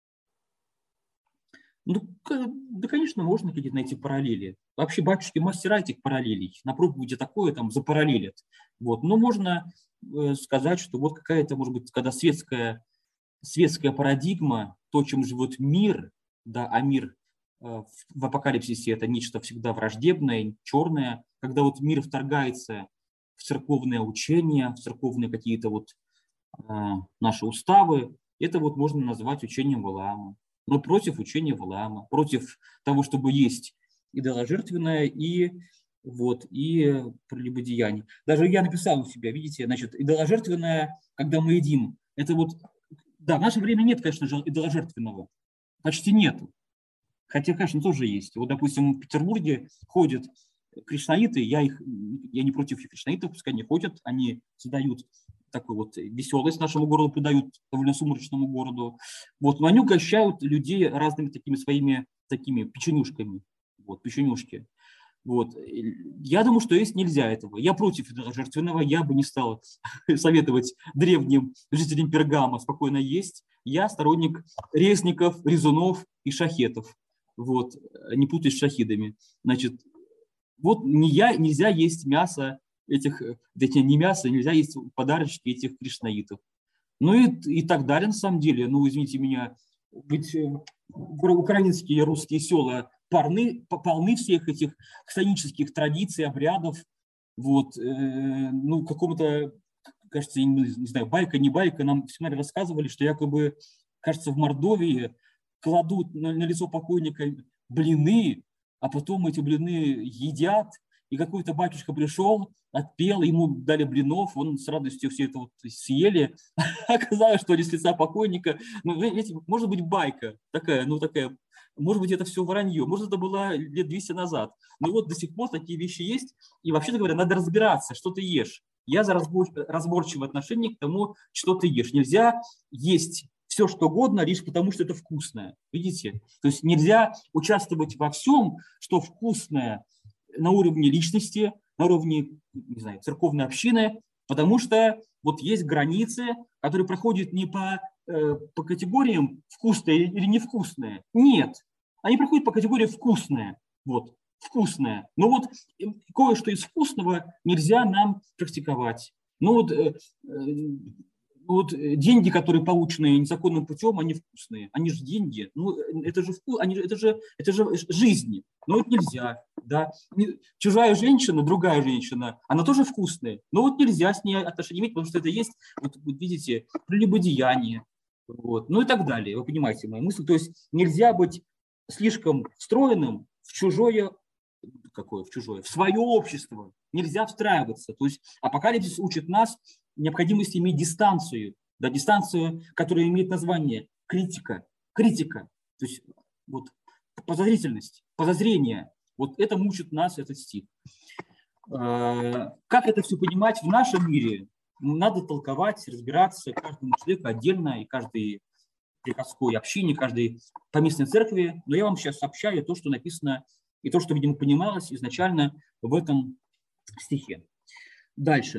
[SPEAKER 2] ну, да, конечно, можно какие-то найти параллели. Вообще батюшки мастера этих параллелей. На проповеди такое там запараллелят. Вот. Но можно э, сказать, что вот какая-то, может быть, когда светская, светская парадигма, то, чем живет мир, да, а мир э, в, в апокалипсисе это нечто всегда враждебное, черное, когда вот мир вторгается в церковное учение, в церковные какие-то вот э, наши уставы, это вот можно назвать учением Валаама. Но против учения Валаама, против того, чтобы есть идоложертвенное и, вот, и прелюбодеяние. Даже я написал у себя, видите, значит, идоложертвенное, когда мы едим, это вот, да, в наше время нет, конечно же, идоложертвенного, почти нет. Хотя, конечно, тоже есть. Вот, допустим, в Петербурге ходят кришнаиты, я, их, я не против кришнаитов, пускай они ходят, они создают такую вот веселость нашему городу, придают довольно сумрачному городу. Вот, но они угощают людей разными такими своими такими печенюшками. Вот, печенюшки. Вот. Я думаю, что есть нельзя этого. Я против жертвенного, я бы не стал советовать древним жителям Пергама спокойно есть. Я сторонник резников, резунов и шахетов. Вот, не путать с шахидами. Значит, вот не я, нельзя есть мясо этих, эти, не мясо, нельзя есть подарочки этих кришнаитов. Ну и, и так далее, на самом деле. Ну, извините меня, ведь украинские и русские села полны, полны всех этих хтонических традиций, обрядов, вот, э, ну, какому-то, кажется, не знаю, байка, не байка, нам в семинаре рассказывали, что якобы, кажется, в Мордовии кладут на, на лицо покойника блины, а потом эти блины едят, и какой-то батюшка пришел, отпел, ему дали блинов, он с радостью все это вот съели. Оказалось, что они с лица покойника, ну, видите, может быть, байка такая, ну, такая, может быть, это все вранье, может, это было лет двести назад. Но вот до сих пор такие вещи есть, и вообще-то говоря, надо разбираться, что ты ешь. Я за разбор, разборчивое отношение к тому, что ты ешь. Нельзя есть все, что угодно, лишь потому, что это вкусное. Видите? То есть нельзя участвовать во всем, что вкусное на уровне личности, на уровне, не знаю, церковной общины, потому что вот есть границы, которые проходят не по, э, по категориям вкусное или невкусное. Нет, они проходят по категории вкусное. Вот, вкусное. Но вот кое-что из вкусного нельзя нам практиковать. Ну вот, э, э, вот деньги, которые получены незаконным путем, они вкусные. Они же деньги. Ну, это же вкус, они, это же, это же жизни. Но вот нельзя. Да. Чужая женщина, другая женщина, она тоже вкусная. Но вот нельзя с ней отношения иметь, потому что это есть, вот, вот видите, прелюбодеяние. Вот. Ну и так далее. Вы понимаете мою мысль. То есть нельзя быть слишком встроенным в чужое, какое в чужое, в свое общество. Нельзя встраиваться. То есть апокалипсис учит нас необходимости иметь дистанцию, да, дистанцию, которая имеет название критика, критика, то есть вот, подозрительность, подозрение. Вот это мучит нас, этот стих. Как это все понимать в нашем мире? Надо толковать, разбираться каждому человеку отдельно, и каждой приходской общине, каждой поместной церкви. Но я вам сейчас сообщаю то, что написано, и то, что, видимо, понималось изначально в этом стихе. Дальше.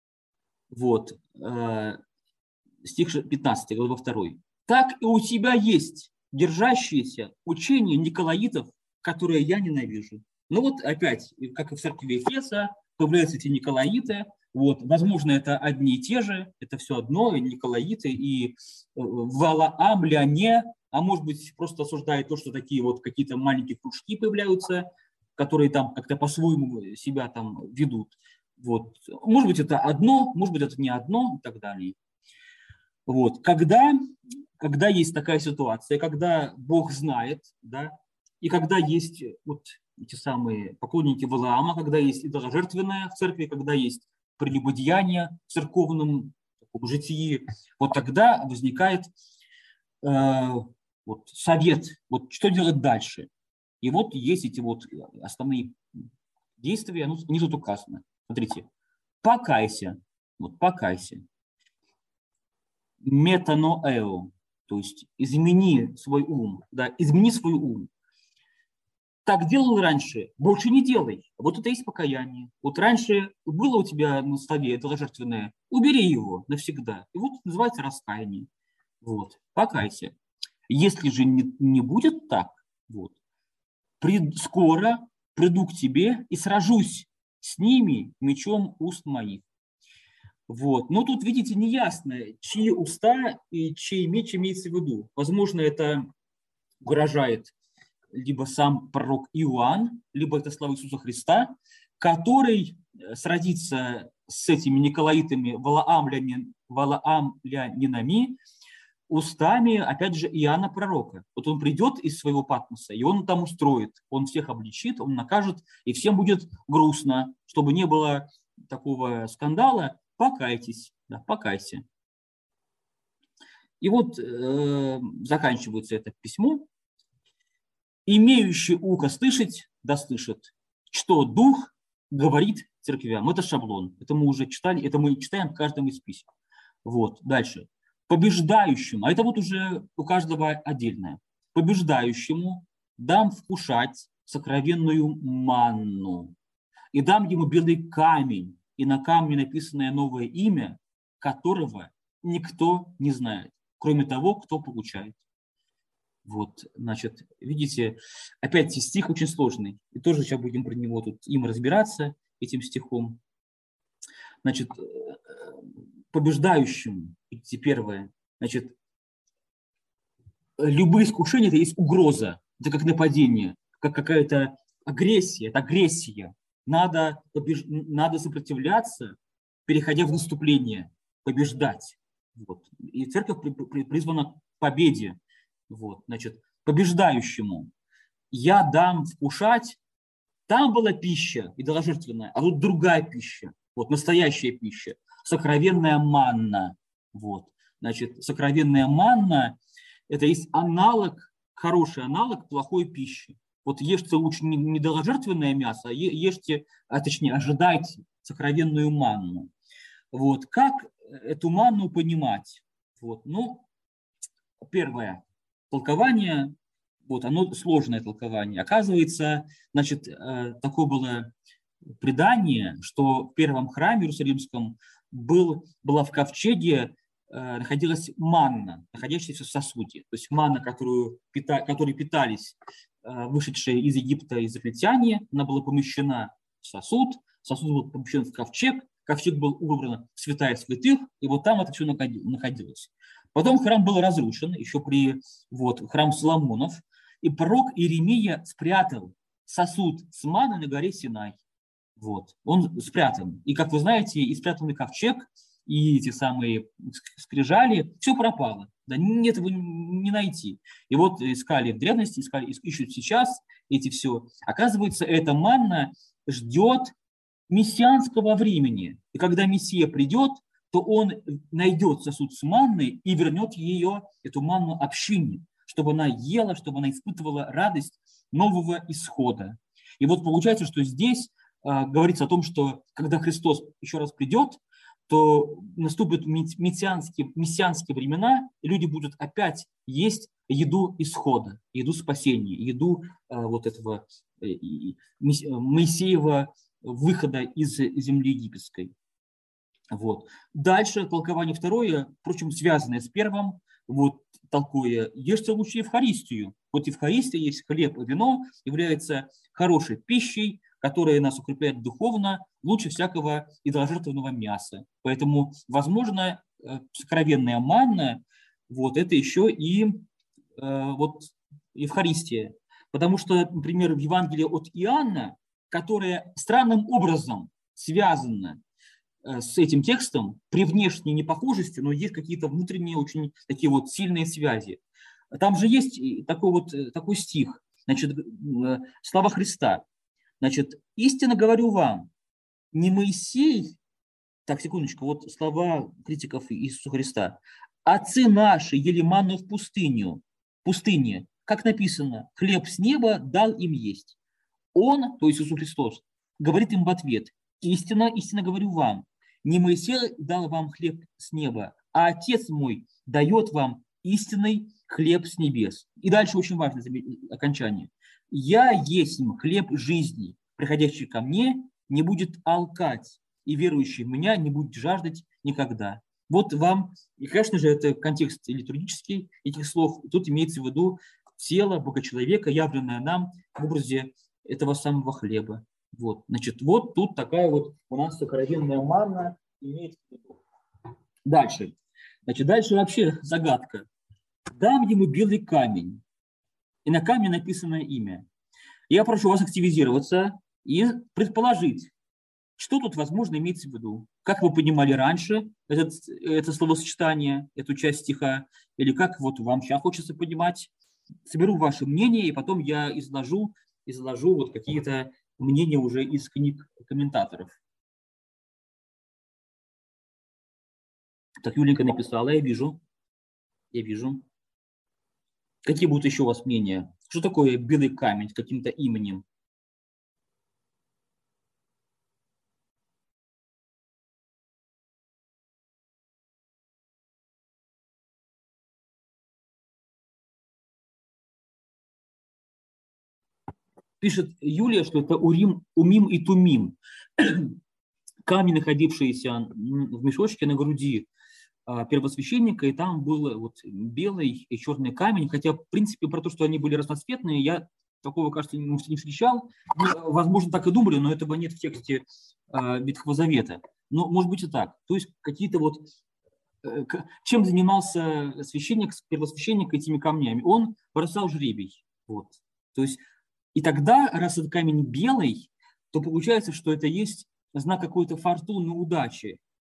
[SPEAKER 2] Вот, э, стих пятнадцатый, глава второй. «Так и у тебя есть держащиеся учения николаитов, которые я ненавижу». Ну вот опять, как и в церкви Ефеса, появляются эти николаиты. Вот, возможно, это одни и те же, это все одно, и николаиты, и Валаам, Леоне, а может быть, просто осуждает то, что такие вот какие-то маленькие кружки появляются, которые там как-то по-своему себя там ведут. Вот. Может быть, это одно, может быть, это не одно и так далее. Вот. Когда, когда есть такая ситуация, когда Бог знает, да, и когда есть вот эти самые поклонники Валаама, когда есть и даже жертвенное в церкви, когда есть прелюбодеяние в церковном таком житии, вот тогда возникает э, вот, совет, вот что делать дальше. И вот есть эти вот основные действия, ну, они тут указаны. Смотрите, покайся, вот покайся, метаноэо, то есть измени свой ум, да, измени свой ум. Так делал раньше, больше не делай. Вот это и есть покаяние. Вот раньше было у тебя на столе это жертвенное, убери его навсегда. И вот называется раскаяние. Вот, покайся. Если же не, не будет так, вот, прид, скоро приду к тебе и сражусь с ними мечом уст моих. Вот. Но тут, видите, неясно, чьи уста и чей меч имеется в виду. Возможно, это угрожает либо сам пророк Иоанн, либо это слава Иисуса Христа, который сразится с этими николаитами валаамлянинами устами, опять же, Иоанна пророка. Вот он придет из своего патмоса, и он там устроит, он всех обличит, он накажет, и всем будет грустно, чтобы не было такого скандала. Покайтесь, да, покайся. И вот э, заканчивается это письмо. «Имеющий ухо слышать, да слышит, что Дух говорит церквям». Это шаблон, это мы уже читали, это мы читаем в каждом из писем. Вот, дальше. «Побеждающему», а это вот уже у каждого отдельное. «Побеждающему дам вкушать сокровенную манну, и дам ему белый камень, и на камне написанное новое имя, которого никто не знает, кроме того, кто получает». Вот, значит, видите, опять стих очень сложный. И тоже сейчас будем про него тут им разбираться, этим стихом. Значит, побеждающему, видите, первое, значит, любые искушения – это есть угроза, это как нападение, как какая-то агрессия, это агрессия. Надо, побеж... Надо сопротивляться, переходя в наступление, побеждать. Вот. И церковь при, при, призвана к победе, вот, значит, побеждающему. Я дам вкушать, там была пища идоложертвенная, а тут другая пища, вот, настоящая пища, сокровенная манна. Вот. Значит, сокровенная манна – это есть аналог, хороший аналог плохой пищи. Вот ешьте лучше не идоложертвенное мясо, а ешьте, а точнее, ожидайте сокровенную манну. Вот. Как эту манну понимать? Вот. Ну, первое, толкование, вот, оно сложное толкование. Оказывается, значит, такое было предание, что в первом храме Иерусалимском был, была в ковчеге, находилась манна, находящаяся в сосуде. То есть манна, которую, которой питались вышедшие из Египта израильтяне, она была помещена в сосуд, сосуд был помещен в ковчег, ковчег был убран в святая святых, и вот там это все находилось. Потом храм был разрушен, еще при вот, храм Соломонов, и пророк Иеремия спрятал сосуд с манной на горе Синай. Вот. Он спрятан. И, как вы знаете, и спрятанный ковчег, и эти самые скрижали, все пропало. Да, нет его не найти. И вот искали в древности, искали, ищут сейчас эти все. Оказывается, эта манна ждет мессианского времени. И когда Мессия придет, то он найдет сосуд с манной и вернет ее, эту манну, общине, чтобы она ела, чтобы она испытывала радость нового исхода. И вот получается, что здесь э, говорится о том, что когда Христос еще раз придет, то наступят мессианские, мессианские времена, и люди будут опять есть еду исхода, еду спасения, еду э, вот этого э, Моисеева выхода из земли египетской. Вот. Дальше толкование второе, впрочем, связанное с первым, вот такое, ешьте лучше Евхаристию. Вот Евхаристия есть хлеб и вино, является хорошей пищей, которая нас укрепляет духовно, лучше всякого идоложертвенного мяса. Поэтому, возможно, сокровенная манна, вот это еще и э, вот Евхаристия. Потому что, например, в Евангелии от Иоанна, которое странным образом связано с этим текстом, при внешней непохожести, но есть какие-то внутренние очень такие вот сильные связи. Там же есть такой вот такой стих, значит, слова Христа. Значит, истинно говорю вам, не Моисей, так, секундочку, вот слова критиков Иисуса Христа, отцы наши ели манну в пустыню, пустыне, как написано, хлеб с неба дал им есть. Он, то есть Иисус Христос, говорит им в ответ, истинно, истинно говорю вам, не Моисей дал вам хлеб с неба, а Отец мой дает вам истинный хлеб с небес. И дальше очень важное окончание. Я есть хлеб жизни, приходящий ко мне, не будет алкать, и верующий в меня не будет жаждать никогда. Вот вам, и, конечно же, это контекст литургический этих слов. Тут имеется в виду тело Бога человека, явленное нам в образе этого самого хлеба. Вот, значит, вот тут такая вот у нас сокровенная манна имеется в виду. Дальше. Значит, дальше вообще загадка. Дам ему белый камень, и на камне написано имя. Я прошу вас активизироваться и предположить, что тут, возможно, имеется в виду. Как вы понимали раньше этот, это словосочетание, эту часть стиха, или как вот вам сейчас хочется понимать. Соберу ваше мнение, и потом я изложу, изложу вот какие-то мнения уже из книг комментаторов. Так, Юленька написала, я вижу. Я вижу. Какие будут еще у вас мнения? Что такое белый камень с каким-то именем? Пишет Юлия, что это Урим, Умим и Тумим. Камни, находившиеся в мешочке на груди первосвященника, и там был вот белый и черный камень, хотя, в принципе, про то, что они были разноцветные, я такого, кажется, не встречал. Возможно, так и думали, но этого нет в тексте Ветхого Завета. Но, может быть, и так. То есть, какие-то вот... Чем занимался священник, первосвященник этими камнями? Он бросал жребий. Вот. То есть, и тогда, раз этот камень белый, то получается, что это есть знак какой-то фортуны, удачи.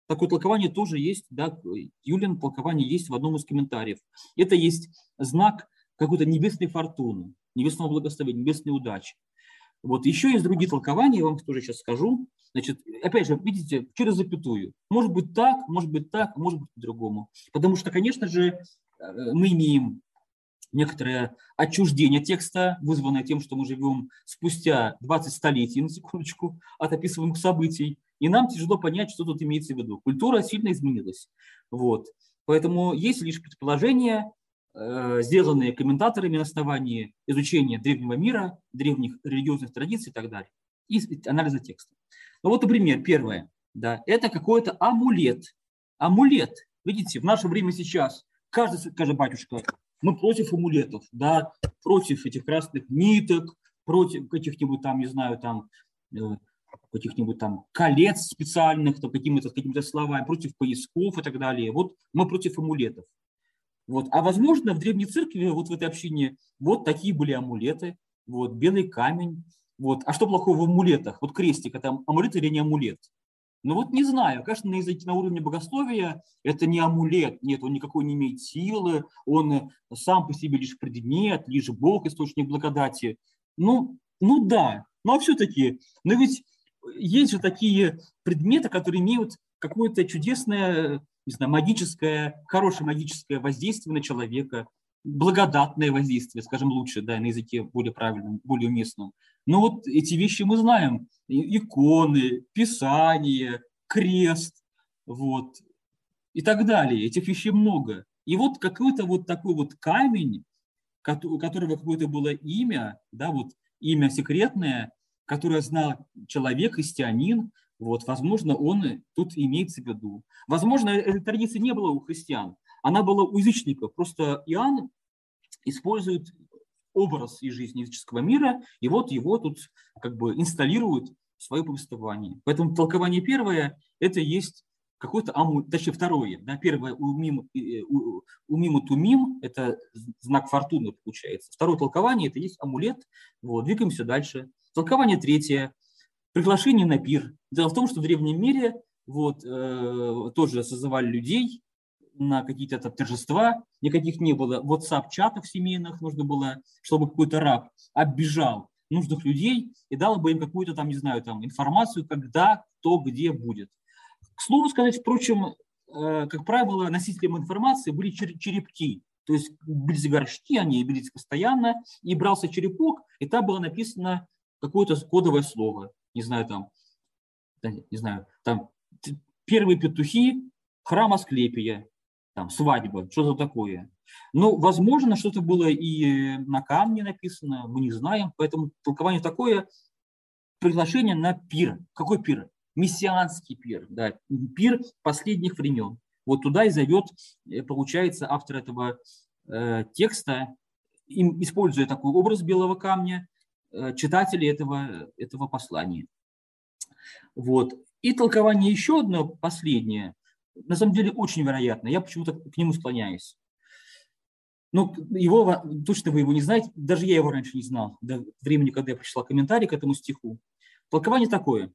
[SPEAKER 2] такое толкование тоже есть, да, Юлин толкование есть в одном из комментариев. Это есть знак какой-то небесной фортуны, небесного благословения, небесной удачи. Вот еще есть другие толкования, я вам тоже сейчас скажу. Значит, опять же, видите, через запятую. Может быть так, может быть так, может быть по-другому. Потому что, конечно же, мы имеем некоторое отчуждение текста, вызванное тем, что мы живем спустя двадцать столетий, на секундочку, от описываемых событий. И нам тяжело понять, что тут имеется в виду. Культура сильно изменилась. Вот. Поэтому есть лишь предположения, э, сделанные комментаторами на основании изучения древнего мира, древних религиозных традиций и так далее, и анализа текста. Ну вот, например, первое. Да, это какой-то амулет. Амулет. Видите, в наше время сейчас каждый скажет, батюшка, мы против амулетов, да, против этих красных ниток, против каких-нибудь там, не знаю, там, э, каких-нибудь там колец специальных, там, какими-то, какими-то словами, против поясков и так далее. Вот мы против амулетов. Вот. А возможно, в Древней Церкви, вот в этой общине, вот такие были амулеты, вот, белый камень. Вот. А что плохого в амулетах? Вот крестик, это амулет или не амулет? Ну вот не знаю, конечно, на, языке, на уровне богословия это не амулет, нет, он никакой не имеет силы, он сам по себе лишь предмет, лишь Бог, источник благодати. Ну, ну да, но все-таки, но ведь есть же такие предметы, которые имеют какое-то чудесное, не знаю, магическое, хорошее магическое воздействие на человека, благодатное воздействие, скажем лучше, да, на языке более правильном, более уместном. Но вот эти вещи мы знаем. Иконы, Писание, крест, вот, и так далее. Этих вещей много. И вот какой-то вот такой вот камень, у которого какое-то было имя, да, вот имя секретное, которое знал человек, христианин, вот, возможно, он тут имеется в виду. Возможно, этой традиции не было у христиан, она была у язычников. Просто Иоанн использует образ из жизни языческого мира, и вот его тут как бы инсталируют в свое повествование. Поэтому толкование первое – это есть какой-то амулет, точнее второе. Да, первое умим, умиму тумим – это знак фортуны получается. Второе толкование – это есть амулет. Вот, двигаемся дальше. Толкование третье – приглашение на пир. Дело в том, что в древнем мире вот, э, тоже созывали людей на какие-то там торжества, никаких не было WhatsApp-чатов семейных, нужно было, чтобы какой-то раб оббежал нужных людей и дал бы им какую-то там, не знаю, там информацию, когда, кто, где будет. К слову сказать, впрочем, э, как правило, носителем информации были черепки, то есть бились горшки, они бились постоянно, и брался черепок, и там было написано какое-то кодовое слово, не знаю, там, не знаю, там первые петухи, храм Асклепия, там, свадьба, что-то такое. Но, возможно, что-то было и на камне написано, мы не знаем, поэтому толкование такое, приглашение на пир. Какой пир? Мессианский пир, да, пир последних времен. Вот туда и зовет, получается, автор этого э, текста, им, используя такой образ белого камня, э, читатели этого, этого послания. Вот. И толкование еще одно, последнее, на самом деле очень вероятно, я почему-то к нему склоняюсь. Но его, точно вы его не знаете, даже я его раньше не знал, до времени, когда я прочитал комментарий к этому стиху. Толкование такое.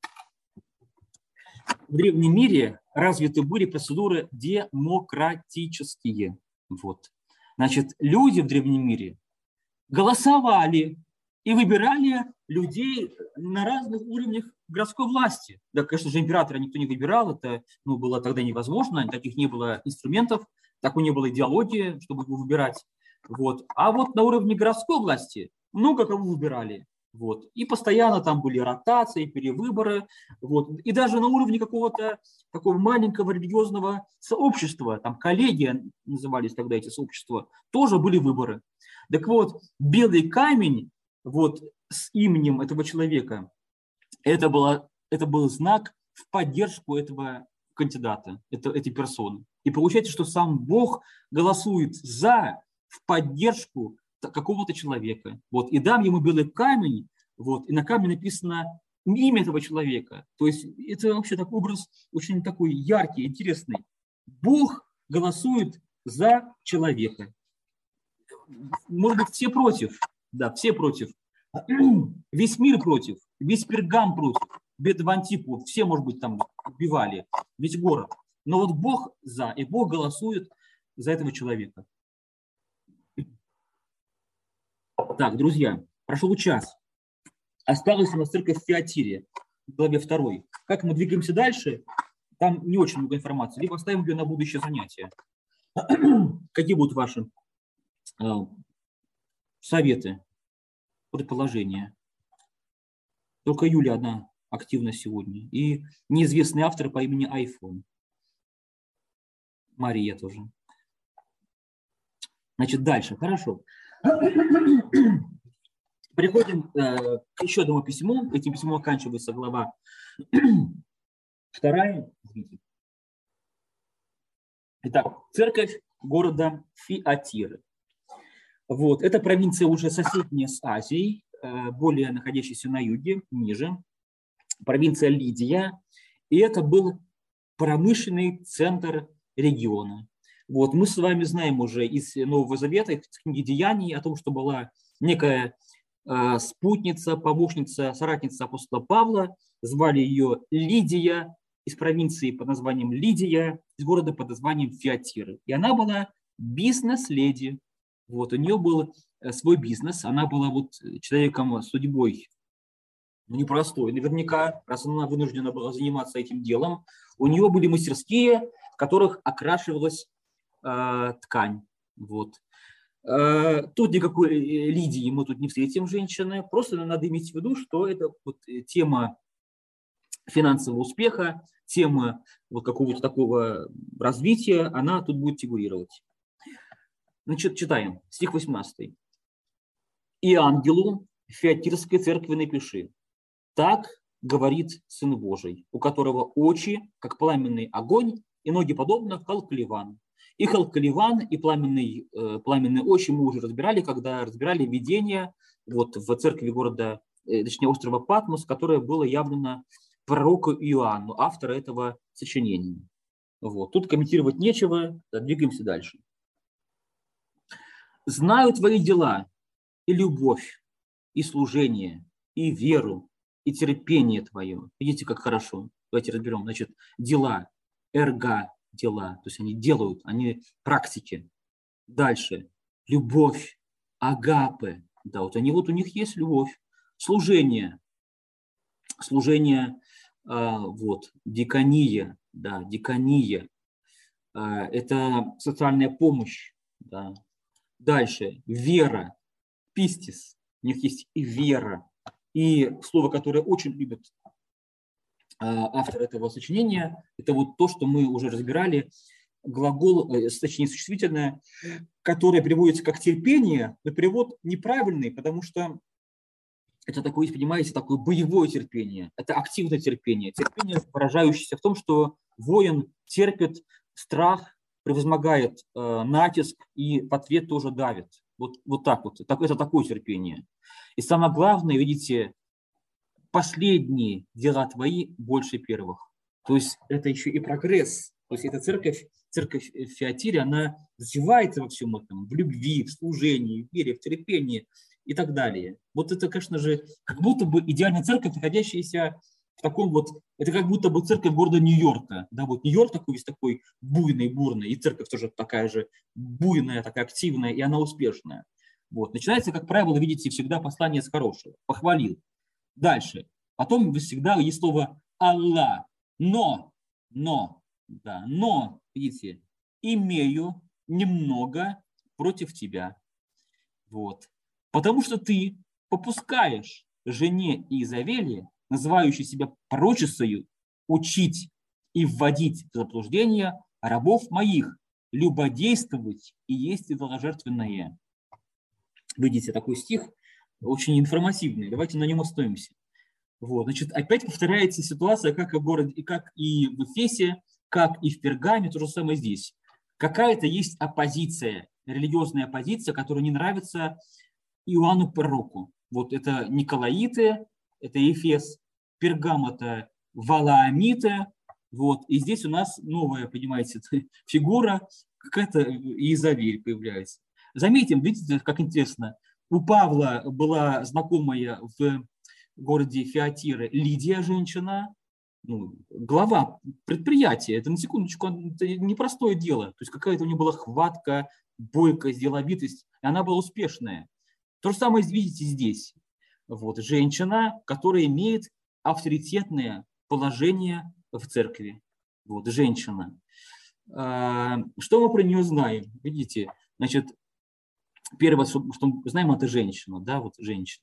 [SPEAKER 2] В древнем мире развиты были процедуры демократические. Вот. Значит, люди в древнем мире голосовали и выбирали людей на разных уровнях городской власти. Да, конечно же, императора никто не выбирал, это ну, было тогда невозможно, таких не было инструментов, такой не было идеологии, чтобы его выбирать. Вот. А вот на уровне городской власти много кого выбирали. Вот. И постоянно там были ротации, перевыборы. Вот. И даже на уровне какого-то такого маленького религиозного сообщества, там коллегия назывались тогда эти сообщества, тоже были выборы. Так вот, белый камень вот, с именем этого человека, это, было, это был знак в поддержку этого кандидата, это, этой персоны. И получается, что сам Бог голосует за, в поддержку какого-то человека. Вот, и дам ему белый камень, вот, и на камне написано имя этого человека. То есть это вообще такой образ очень такой яркий, интересный. Бог голосует за человека. Может быть, все против. Да, все против. Весь мир против. Весь Пергам против. бедного Антипу все, может быть, там убивали, весь город. Но вот Бог за, и Бог голосует за этого человека. Так, друзья, прошел час. Осталась у нас церковь в Фиатире, в главе второй. Как мы двигаемся дальше, там не очень много информации. Либо оставим ее на будущее занятие. Какие будут ваши э, советы, предположения? Только Юля одна активна сегодня. И неизвестный автор по имени iPhone. Мария тоже. Значит, дальше. Хорошо. Переходим э, к еще одному письму. Этим письмом оканчивается глава вторая. Итак, церковь города Фиатиры. Вот. Это провинция уже соседняя с Азией, э, более находящаяся на юге, ниже. Провинция Лидия. И это был промышленный центр региона. Вот. Мы с вами знаем уже из Нового Завета, из книги Деяний, о том, что была некая э, спутница, помощница, соратница апостола Павла. Звали ее Лидия, из провинции под названием Лидия, из города под названием Фиатиры. И она была бизнес-леди. Вот. У нее был свой бизнес. Она была вот человеком судьбой непростой. Наверняка, раз она вынуждена была заниматься этим делом, у нее были мастерские, в которых окрашивалась э, ткань. Вот. Э, тут никакой Лидии мы тут не встретим, женщины. Просто надо иметь в виду, что это вот тема финансового успеха, тема вот какого-то такого развития, она тут будет фигурировать. Значит, читаем. Стих восемнадцатый. «И ангелу Фиатирской церкви напиши. Так говорит Сын Божий, у которого очи, как пламенный огонь, и ноги подобно халкаливан». И халкаливан, и пламенный, э, пламенные очи мы уже разбирали, когда разбирали видение вот, в церкви города, э, точнее острова Патмос, которое было явлено пророку Иоанну, автора этого сочинения. Вот. Тут комментировать нечего, двигаемся дальше. «Знаю твои дела, и любовь, и служение, и веру, и терпение твое». Видите, как хорошо. Давайте разберем. Значит, дела, эрга, дела, то есть они делают, они практики. Дальше. Любовь, агапе. Да, вот они, вот у них есть любовь. Служение. Служение, э, вот, дикония, да, дикония. Э, это социальная помощь, да. Дальше. Вера, пистис. У них есть и вера. И слово, которое очень любит э, автор этого сочинения, это вот то, что мы уже разбирали, глагол, э, точнее существительное, которое переводится как терпение, но перевод неправильный, потому что это такое, понимаете, такое боевое терпение, это активное терпение, терпение, выражающееся в том, что воин терпит страх, превозмогает э, натиск и в ответ тоже давит. Вот, вот так вот. Так, это такое терпение. И самое главное, видите, последние дела твои больше первых. То есть это еще и прогресс. То есть эта церковь, церковь в Фиатире, она развивается во всем этом, в любви, в служении, в вере, в терпении и так далее. Вот это, конечно же, как будто бы идеальная церковь, находящаяся в таком вот, это как будто бы церковь города Нью-Йорка. Да, вот Нью-Йорк такой весь такой буйный, бурный, и церковь тоже такая же буйная, такая активная, и она успешная. Вот. Начинается, как правило, видите, всегда послание с хорошего. Похвалил. Дальше. Потом всегда есть слово «Аллах». Но, но, да, но, видите, имею немного против тебя. Вот. Потому что ты попускаешь жене Иезавели, называющей себя пророчицею, учить и вводить в заблуждение рабов моих, любодействовать и есть идоложертвенное. Видите, такой стих очень информативный. Давайте на нем остановимся. Вот, значит, опять повторяется ситуация, как и в городе, и как и в Эфесе, как и в Пергаме, то же самое здесь. Какая-то есть оппозиция, религиозная оппозиция, которая не нравится Иоанну Пророку. Вот это Николаиты, это Эфес, Пергам это Валаамиты. Вот, и здесь у нас новая, понимаете, фигура, какая-то Иезавель появляется. Заметим, видите, как интересно, у Павла была знакомая в городе Фиатире Лидия, женщина, ну, глава предприятия. Это, на секундочку, это непростое дело. То есть какая-то у нее была хватка, бойкость, деловитость, и она была успешная. То же самое видите здесь. Вот, женщина, которая имеет авторитетное положение в церкви. Вот, женщина. Что мы про нее знаем? Видите, значит, первое, что мы знаем, это женщина, да, вот женщина.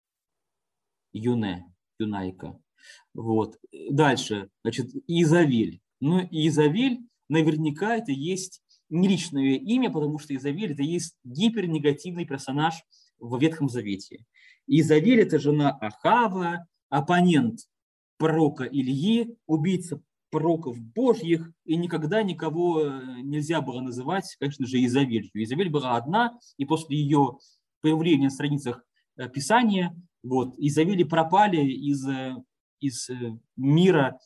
[SPEAKER 2] Юне, юнайка. Вот. Дальше, значит, Изавель. Ну, Изавель, наверняка, это есть не личное имя, потому что Изавель – это есть гипернегативный персонаж в Ветхом Завете. Изавель – это жена Ахава, оппонент пророка Ильи, убийца пророков Божьих, и никогда никого нельзя было называть, конечно же, Изавелью. Изавель была одна, и после ее появления на страницах Писания вот, Изавели пропали из, из мира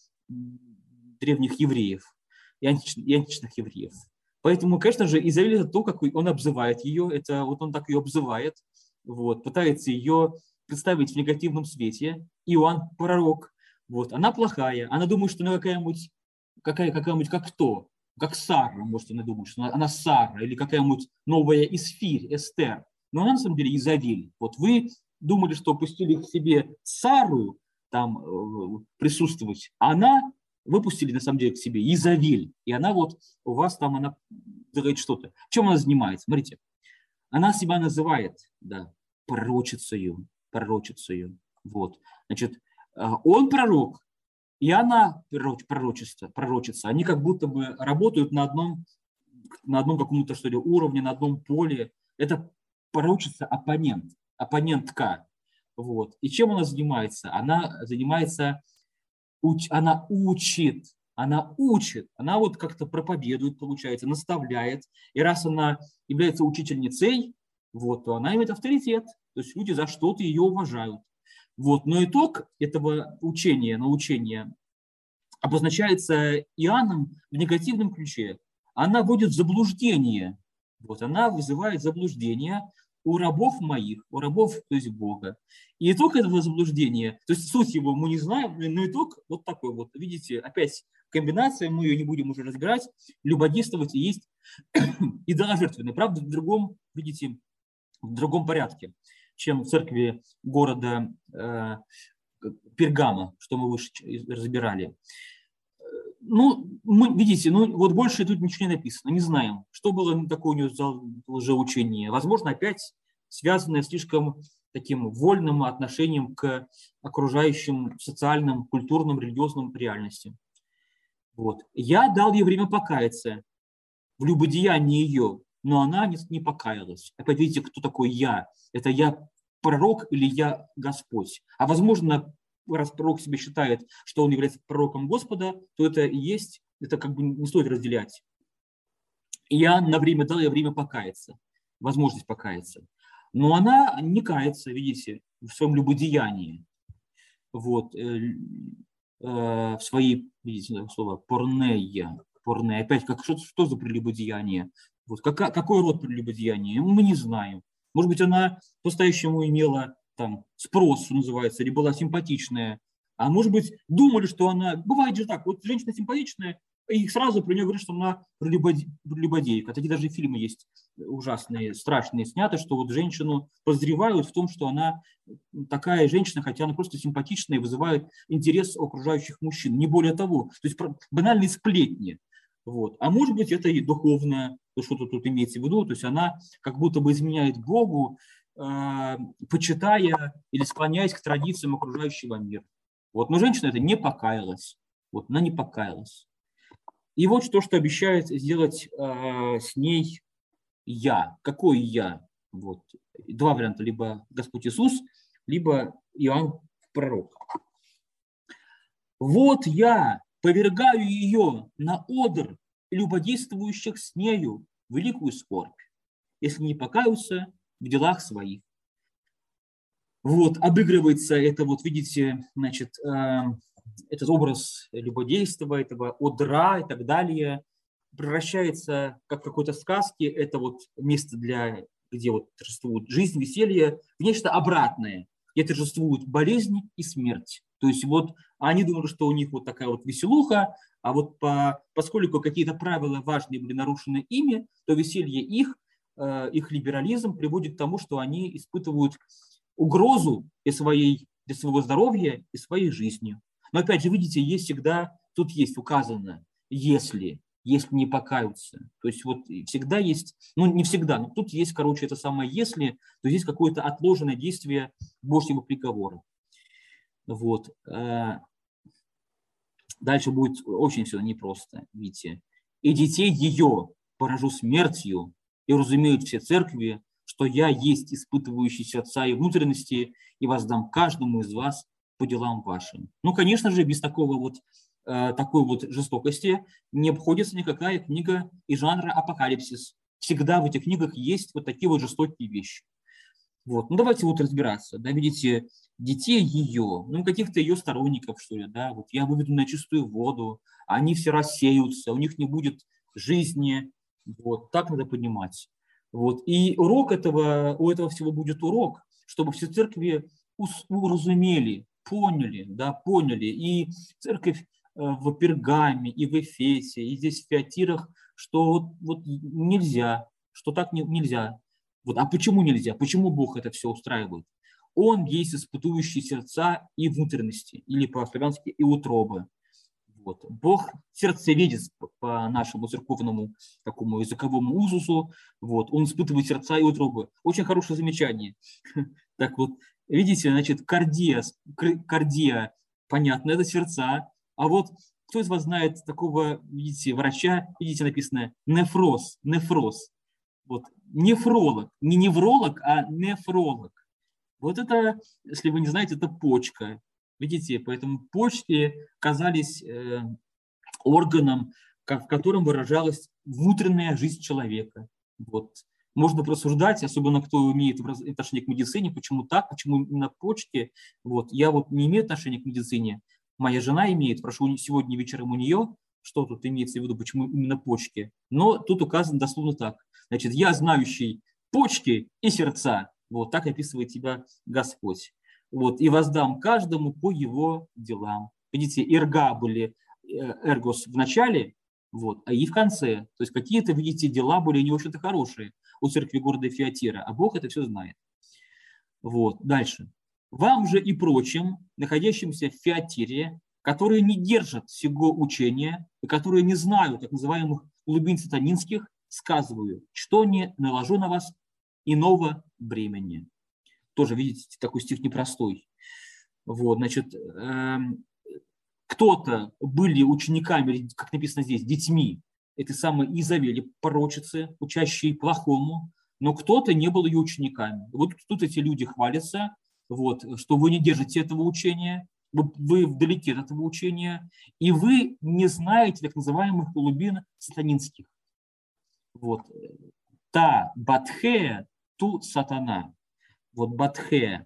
[SPEAKER 2] древних евреев и античных, и античных евреев. Поэтому, конечно же, Изавель – это то, как он обзывает ее, это вот он так ее обзывает, вот, пытается ее представить в негативном свете. Иоанн – пророк. Вот, она плохая, она думает, что она какая-нибудь, какая, какая-нибудь, как кто, как Сара, может, она думает, что она, она Сара, или какая-нибудь новая Исфирь, Эстер. Но она на самом деле Изавель. Вот вы думали, что пустили к себе Сару там э, присутствовать, а она выпустили на самом деле к себе Изавель. И она вот у вас там, она делает что-то. Чем она занимается? Смотрите, она себя называет, да, пророчицею, пророчицею. Вот, значит, он пророк, и она пророчица, пророчица. Они как будто бы работают на одном, на одном каком-то что ли уровне, на одном поле. Это пророчица оппонент, оппонентка. Вот. И чем она занимается? Она занимается, уч, она учит, она учит, она вот как-то проповедует, получается, наставляет. И раз она является учительницей, вот, то она имеет авторитет. То есть люди за что-то ее уважают. Вот. Но итог этого учения, научения обозначается Иоанном в негативном ключе. Она вводит в заблуждение. Вот. Она вызывает заблуждение у рабов моих, у рабов, то есть Бога. И итог этого заблуждения, то есть суть его мы не знаем, но итог вот такой вот. Видите, опять комбинация, мы ее не будем уже разбирать, любодействовать и есть идоложертвенное. Правда, в другом, видите, в другом порядке, чем в церкви города э, Пергама, что мы выше разбирали. Ну, мы, видите, ну вот больше тут ничего не написано, не знаем, что было такое у него за лжеучение. Возможно, опять связанное с слишком таким вольным отношением к окружающим социальным, культурным, религиозным реальностям. Вот. Я дал ей время покаяться в любодеянии ее, но она не, не покаялась. Опять видите, кто такой я? Это я пророк или я Господь? А возможно, раз пророк себе считает, что он является пророком Господа, то это и есть, это как бы не стоит разделять. И я на время дал ей время покаяться, возможность покаяться. Но она не кается, видите, в своем любодеянии. Вот, э, э, в своей, видите, слово порнея, порнея. Опять, как, что, что за прелюбодеяние? Вот, как, какой род прелюбодеяния? Мы не знаем. Может быть, она по-настоящему имела там спрос, что называется, или была симпатичная. А может быть, думали, что она... Бывает же так, вот женщина симпатичная, и сразу про нее говорят, что она прелюбодейка. Такие даже фильмы есть ужасные, страшные, сняты, что вот женщину подозревают в том, что она такая женщина, хотя она просто симпатичная и вызывает интерес у окружающих мужчин. Не более того. То есть банальные сплетни. Вот. А может быть, это и духовное, то, что тут имеется в виду, то есть она как будто бы изменяет Богу, э, почитая или склоняясь к традициям окружающего мира. Вот. Но женщина это не покаялась. Вот. Она не покаялась. И вот что, что обещает сделать э, с ней я. Какой я? Вот. Два варианта. Либо Господь Иисус, либо Иоанн пророк. Вот я повергаю ее на одр любодействующих с нею великую скорбь, если не покаются в делах своих. Вот, обыгрывается это, вот видите, значит, э, этот образ любодейства, этого одра и так далее, превращается, как в какой-то сказке, это вот место, для, где вот торжествует жизнь, веселье, в нечто обратное. где торжествуют болезнь и смерть. То есть вот они думали, что у них вот такая вот веселуха, а вот по, поскольку какие-то правила важные были нарушены ими, то веселье их, э, их либерализм приводит к тому, что они испытывают угрозу для, своей, для своего здоровья и своей жизни. Но опять же, видите, есть всегда, тут есть указано, если, если не покаются. То есть вот всегда есть, ну не всегда, но тут есть, короче, это самое если, то есть какое-то отложенное действие Божьего приговора. Вот. Дальше будет очень все непросто, видите. «И детей ее поражу смертью, и разумеют все церкви, что я есть испытывающий сердца и внутренности, и воздам каждому из вас по делам вашим». Ну, конечно же, без такого вот, э, такой вот жестокости не обходится никакая книга и жанра апокалипсис. Всегда в этих книгах есть вот такие вот жестокие вещи. Вот. Ну, давайте вот разбираться. Да, видите, детей ее, ну, каких-то ее сторонников, что ли, да, вот я выведу на чистую воду, они все рассеются, у них не будет жизни, вот, так надо понимать. Вот. И урок этого, у этого всего будет урок, чтобы все церкви уразумели, поняли, да, поняли, и церковь в Пергаме, и в Эфесе, и здесь в Фиатирах, что вот, вот нельзя, что так не, нельзя. Вот. А почему нельзя? Почему Бог это все устраивает? Он есть испытующий сердца и внутренности, или по-славянски и утробы. Вот. Бог сердцеведец по нашему церковному такому языковому узусу. Вот. Он испытывает сердца и утробы. Очень хорошее замечание. Так вот, видите, значит, кардия, кардия, понятно, это сердца. А вот кто из вас знает такого, видите, врача, видите, написано нефроз, нефроз. Вот. Нефролог, не невролог, а нефролог. Вот это, если вы не знаете, это почка. Видите, поэтому почки казались э, органом, как, в котором выражалась внутренняя жизнь человека. Вот. Можно просуждать, особенно кто имеет отношение к медицине, почему так, почему именно почки. Вот. Я вот не имею отношения к медицине, моя жена имеет, прошу сегодня вечером у нее, что тут имеется в виду, почему именно почки. Но тут указано дословно так. Значит, я знающий почки и сердца. Вот так описывает тебя Господь. Вот, и воздам каждому по его делам. Видите, эрга были, эргос в начале, вот, а и в конце. То есть какие-то, видите, дела были не очень-то хорошие у церкви города Фиатира, а Бог это все знает. Вот, дальше. Вам же и прочим, находящимся в Фиатире, которые не держат сего учения и которые не знают так называемых глубин сатанинских, сказываю, что не наложу на вас иного бремени. Тоже, видите, такой стих непростой. Вот, значит, э, кто-то были учениками, как написано здесь, детьми этой самой Изавели, пророчицы, учащей плохому, но кто-то не был ее учениками. Вот тут эти люди хвалятся, вот, что вы не держите этого учения, вы, вы вдалеке от этого учения, и вы не знаете так называемых глубин сатанинских. Вот. Та батхея, ту сатана. Вот батхея.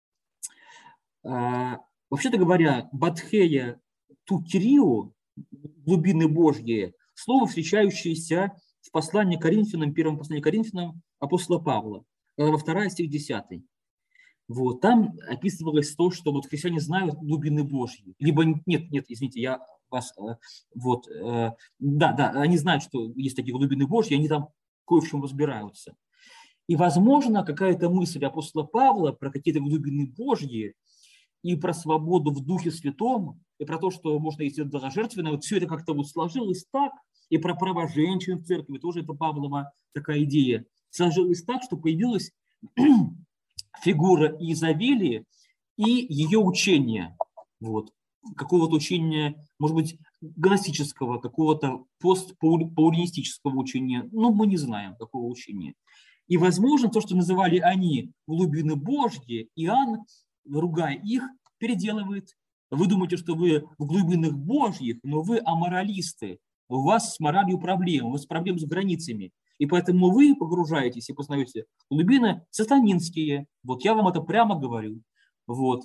[SPEAKER 2] А, вообще-то говоря, батхея, ту кирио, глубины Божьи, слово, встречающееся в послании Коринфянам, первом послании Коринфянам апостола Павла, во второй стих десятый. Вот, там описывалось то, что вот христиане знают глубины Божьи. Либо нет, нет, извините, я вас, вот, да, да, они знают, что есть такие глубины Божьи, они там кое в чем разбираются. И, возможно, какая-то мысль апостола Павла про какие-то глубины Божьи и про свободу в Духе Святом, и про то, что можно идти долгожертвенно, вот все это как-то вот сложилось так, и про права женщин в церкви, тоже это Павлова такая идея, сложилось так, что появилась фигура Изавели и ее учение, вот, какого-то учения, может быть, гностического, какого-то постпаулинистического учения, ну, мы не знаем, какого учения. И, возможно, то, что называли они глубины Божьи, Иоанн, ругая их, переделывает. Вы думаете, что вы в глубинах Божьих, но вы аморалисты. У вас с моралью проблемы, у вас проблемы с границами. И поэтому вы погружаетесь и познаете глубины сатанинские. Вот я вам это прямо говорю. Вот.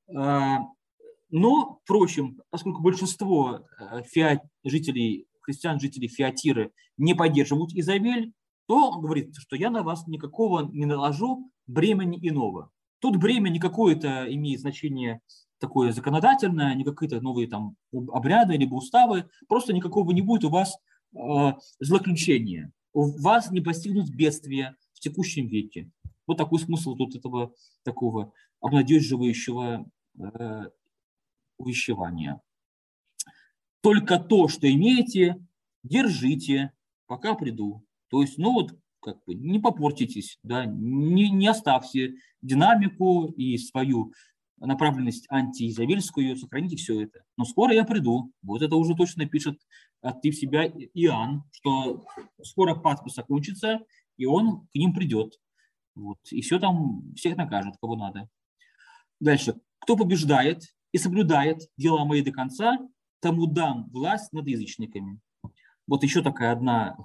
[SPEAKER 2] Но, впрочем, поскольку большинство фиат, жителей, христиан, жителей Фиатиры не поддерживают Изавель, то он говорит, что я на вас никакого не наложу бремени иного. Тут бремя не какое-то имеет значение такое законодательное, не какие-то новые там обряды либо уставы, просто никакого не будет у вас э, злоключения. У вас не постигнут бедствия в текущем веке. Вот такой смысл тут этого такого обнадеживающего э, увещевания. Только то, что имеете, держите, пока приду. То есть, ну вот, как бы не попортитесь, да, не, не оставьте динамику и свою направленность антиизавельскую, сохраните все это. Но скоро я приду. Вот это уже точно пишет от и в себя Иоанн, что скоро паспорт закончится, и он к ним придет. Вот. И все там, всех накажет, кого надо. Дальше. Кто побеждает и соблюдает дела мои до конца, тому дам власть над язычниками. Вот еще такая одна,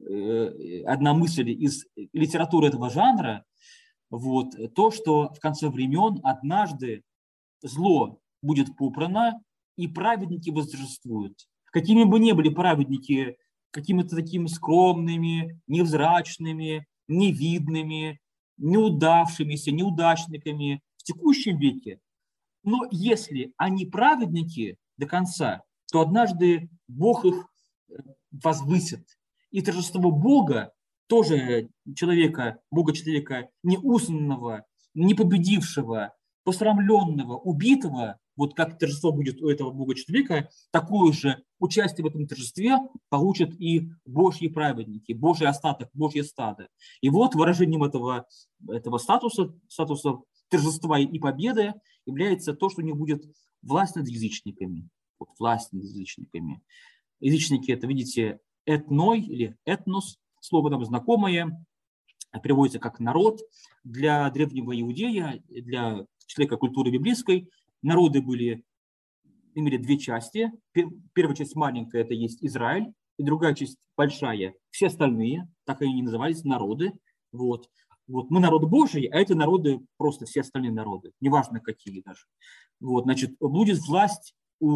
[SPEAKER 2] э, одна мысль из литературы этого жанра. Вот, то, что в конце времен однажды зло будет попрано, и праведники восторжествуют. Какими бы ни были праведники, какими-то такими скромными, невзрачными, невидными, неудавшимися, неудачниками в текущем веке, но если они праведники до конца, то однажды Бог их возвысит. И торжество Бога, тоже человека, Бога-человека, неузнанного, непобедившего, посрамленного, убитого, вот как торжество будет у этого Бога-человека, такое же участие в этом торжестве получат и Божьи праведники, Божий остаток, Божье стадо. И вот выражением этого, этого статуса, статуса торжества и победы является то, что у них будет власть над язычниками. Вот власть над язычниками. Язычники – это, видите, этной или этнос, слово нам знакомое, переводится как народ. Для древнего иудея, для человека культуры библейской, народы были, имели две части. Первая часть маленькая – это есть Израиль, и другая часть большая – все остальные, так они назывались, народы. Вот. Вот. Мы народ Божий, а это народы, просто все остальные народы, неважно какие даже. Вот. Значит, будет власть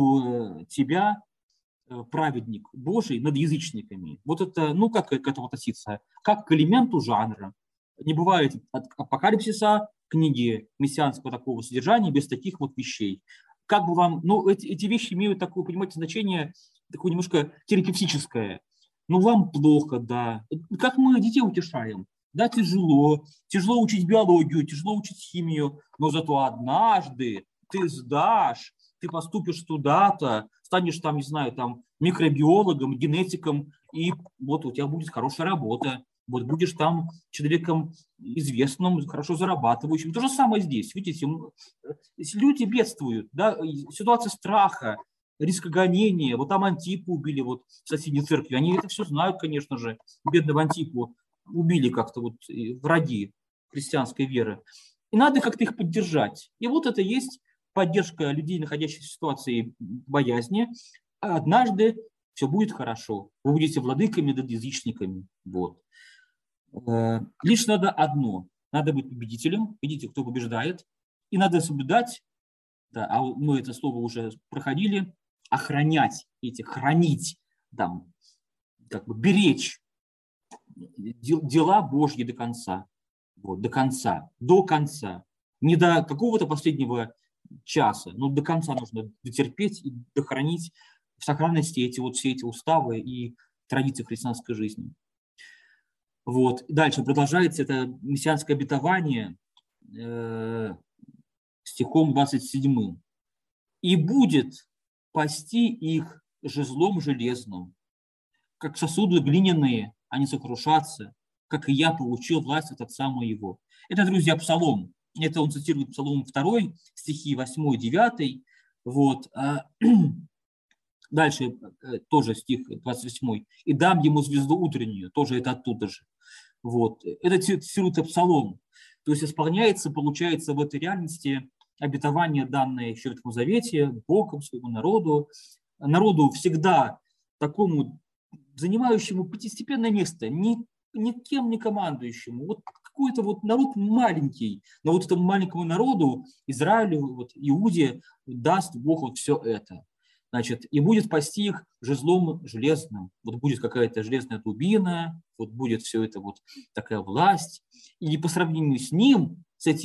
[SPEAKER 2] у тебя, праведник Божий, над язычниками. Вот это, ну, как к этому относиться? Как к элементу жанра. Не бывает от апокалипсиса, книги мессианского такого содержания без таких вот вещей. Как бы вам, ну, эти, эти вещи имеют такое, понимаете, значение, такое немножко терапевтическое. Ну, вам плохо, да. Как мы детей утешаем? Да, тяжело. Тяжело учить биологию, тяжело учить химию, но зато однажды ты сдашь, ты поступишь туда-то, станешь там, не знаю, там микробиологом, генетиком, и вот у тебя будет хорошая работа, вот будешь там человеком известным, хорошо зарабатывающим. То же самое здесь. Видите, люди бедствуют, да, ситуация страха, рискогонения. Вот там Антипу убили вот в соседней церкви. Они это все знают, конечно же. Бедного Антипу убили как-то вот враги христианской веры. И надо как-то их поддержать. И вот это есть поддержка людей, находящихся в ситуации боязни. А однажды все будет хорошо. Вы будете владыками над язычниками. Вот. Лишь надо одно. Надо быть победителем. Видите, кто побеждает. И надо соблюдать, да, а мы это слово уже проходили, охранять эти, хранить, там, как бы беречь дела Божьи до конца. Вот, до конца. До конца. Не до какого-то последнего часа, но до конца нужно дотерпеть и дохранить в сохранности эти вот все эти уставы и традиции христианской жизни. Вот. Дальше продолжается это мессианское обетование э, стихом двадцать седьмым. «И будет пасти их жезлом железным, как сосуды глиняные, они сокрушатся, как и я получил власть от Отца моего». Это, друзья, Псалом. Это он цитирует Псалом два, стихи восемь девять. Вот. Дальше тоже стих двадцать восемь. «И дам ему звезду утреннюю». Тоже это оттуда же. Вот. Это цитирует Псалом. То есть исполняется, получается, в этой реальности обетование, данное еще в Ветхом Завете Богом своему народу. Народу всегда такому, занимающему пятистепенное место, ни, никем не командующему. Вот какой-то вот народ маленький, но вот этому маленькому народу, Израилю, вот, Иуде, даст Бог вот все это. Значит, и будет пасти их жезлом железным. Вот будет какая-то железная дубина, вот будет все это вот такая власть. И по сравнению с ним, с этим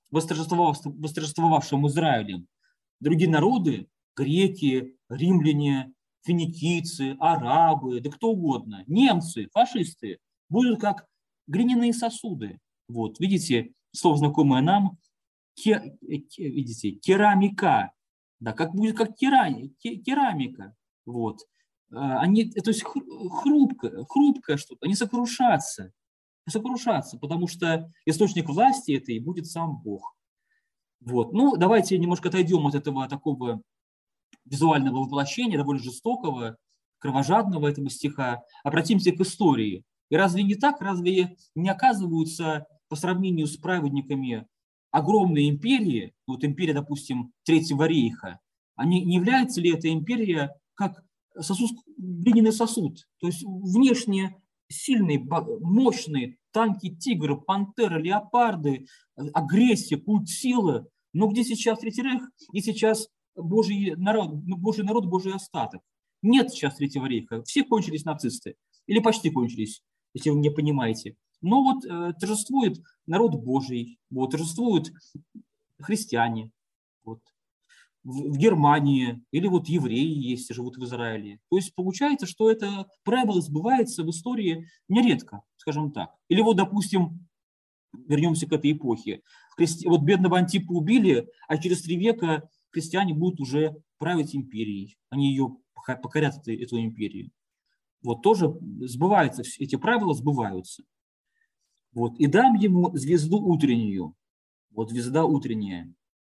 [SPEAKER 2] восторжествовавшим Израилем, другие народы, греки, римляне, финикийцы, арабы, да кто угодно, немцы, фашисты, будут как глиняные сосуды. Вот, видите, слово знакомое нам, ке, видите, керамика, да, как будет как керами, керамика. Вот. Они, то есть хрупкое, хрупкое что-то, они сокрушатся, сокрушатся, потому что источник власти этой будет сам Бог. Вот. Ну, давайте немножко отойдем от этого такого визуального воплощения, довольно жестокого, кровожадного этого стиха, обратимся к истории. И разве не так, разве не оказываются по сравнению с праведниками огромные империи, вот империя, допустим, Третьего рейха, они, не является ли эта империя как сосуд, глиняный сосуд, то есть внешне сильный, мощный, танки, тигры, пантеры, леопарды, агрессия, культ силы, но где сейчас Третий рейх, и сейчас Божий народ, Божий народ, Божий остаток. Нет сейчас Третьего рейха, все кончились нацисты, или почти кончились, если вы не понимаете. Но вот э, торжествует народ Божий, вот, торжествуют христиане вот, в, в Германии, или вот евреи есть, живут в Израиле. То есть получается, что это правило сбывается в истории нередко, скажем так. Или вот, допустим, вернемся к этой эпохе. Христи... Вот бедного Антипа убили, а через три века христиане будут уже править империей. Они ее покорят, эту, эту империю. Вот тоже сбываются, эти правила сбываются. Вот. И дам ему звезду утреннюю. Вот звезда утренняя.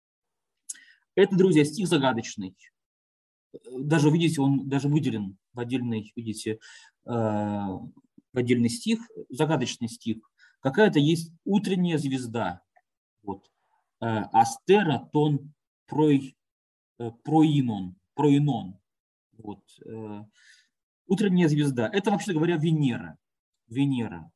[SPEAKER 2] Это, друзья, стих загадочный. Даже, видите, он даже выделен в отдельный, видите, в отдельный стих, загадочный стих. Какая-то есть утренняя звезда. Вот. Астера тон прой, проинон. проинон. Вот. Утренняя звезда. Это, вообще говоря, Венера. Венера.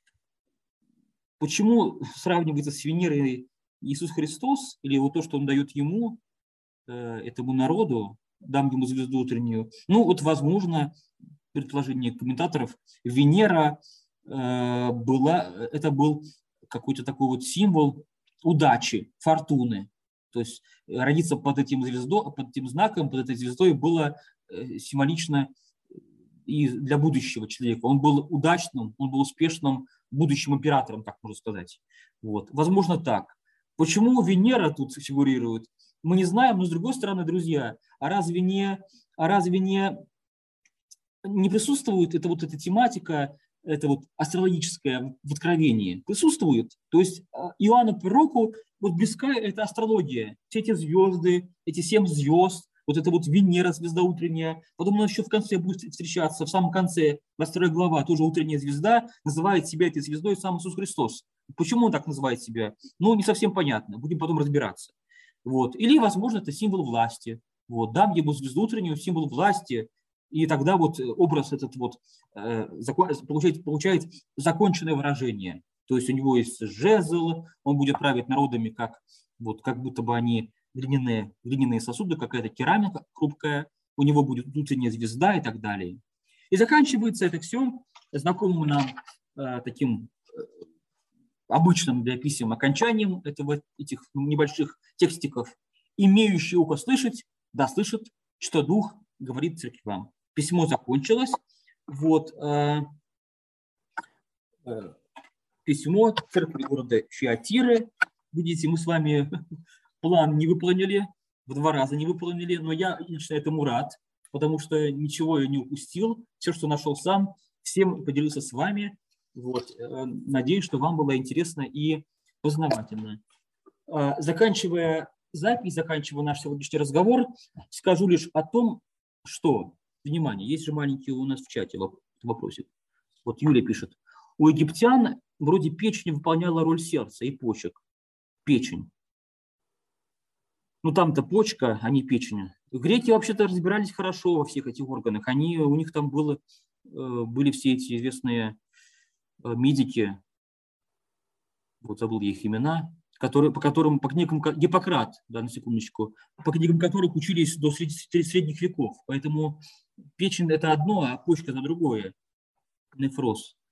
[SPEAKER 2] Почему сравнивается с Венерой Иисус Христос, или вот то, что Он дает Ему, этому народу, дам Ему звезду утреннюю? Ну, вот, возможно, предположение комментаторов, Венера была, это был какой-то такой вот символ удачи, фортуны. То есть родиться под этим звездой, под этим знаком, под этой звездой было символично и для будущего человека. Он был удачным, он был успешным будущим императором, так можно сказать. Вот. Возможно, так. Почему Венера тут фигурирует, мы не знаем, но с другой стороны, друзья, а разве не, а разве не, не присутствует эта вот эта тематика, это вот астрологическое в Откровении? Присутствует. То есть Иоанну Пророку вот близка эта астрология. Все эти звезды, эти семь звезд, вот это вот Венера, звезда утренняя. Потом она еще в конце будет встречаться, в самом конце, во второй глава, тоже утренняя звезда, называет себя этой звездой сам Иисус Христос. Почему он так называет себя? Ну, не совсем понятно. Будем потом разбираться. Вот. Или, возможно, это символ власти. Вот. Дам ему звезду утреннюю, символ власти. И тогда вот образ этот вот э, получает, получает законченное выражение. То есть у него есть жезл, он будет править народами, как, вот, как будто бы они глиняные, глиняные сосуды, какая-то керамика хрупкая, у него будет утренняя звезда и так далее. И заканчивается это все знакомым нам э, таким э, обычным для писем окончанием этого, этих небольших текстиков. «Имеющий ухо слышать, да слышит, что Дух говорит церквам». Письмо закончилось. Вот, э, э, письмо церкви города Чиатиры. Видите, мы с вами план не выполнили, в два раза не выполнили, но я лично этому рад, потому что ничего я не упустил. Все, что нашел сам, всем поделился с вами. Вот. Надеюсь, что вам было интересно и познавательно. Заканчивая запись, заканчивая наш сегодняшний разговор, скажу лишь о том, что, внимание, есть же маленький у нас в чате вопросик. Вот Юлия пишет. У египтян вроде печень выполняла роль сердца и почек. Печень. Ну там-то почка, а не печень. Греки вообще-то разбирались хорошо во всех этих органах. Они, у них там было, были все эти известные медики, вот забыл я их имена, которые, по которым, по книгам Гиппократ, да, на секундочку, по книгам которых учились до средних веков. Поэтому печень это одно, а почка это другое. Нефроз.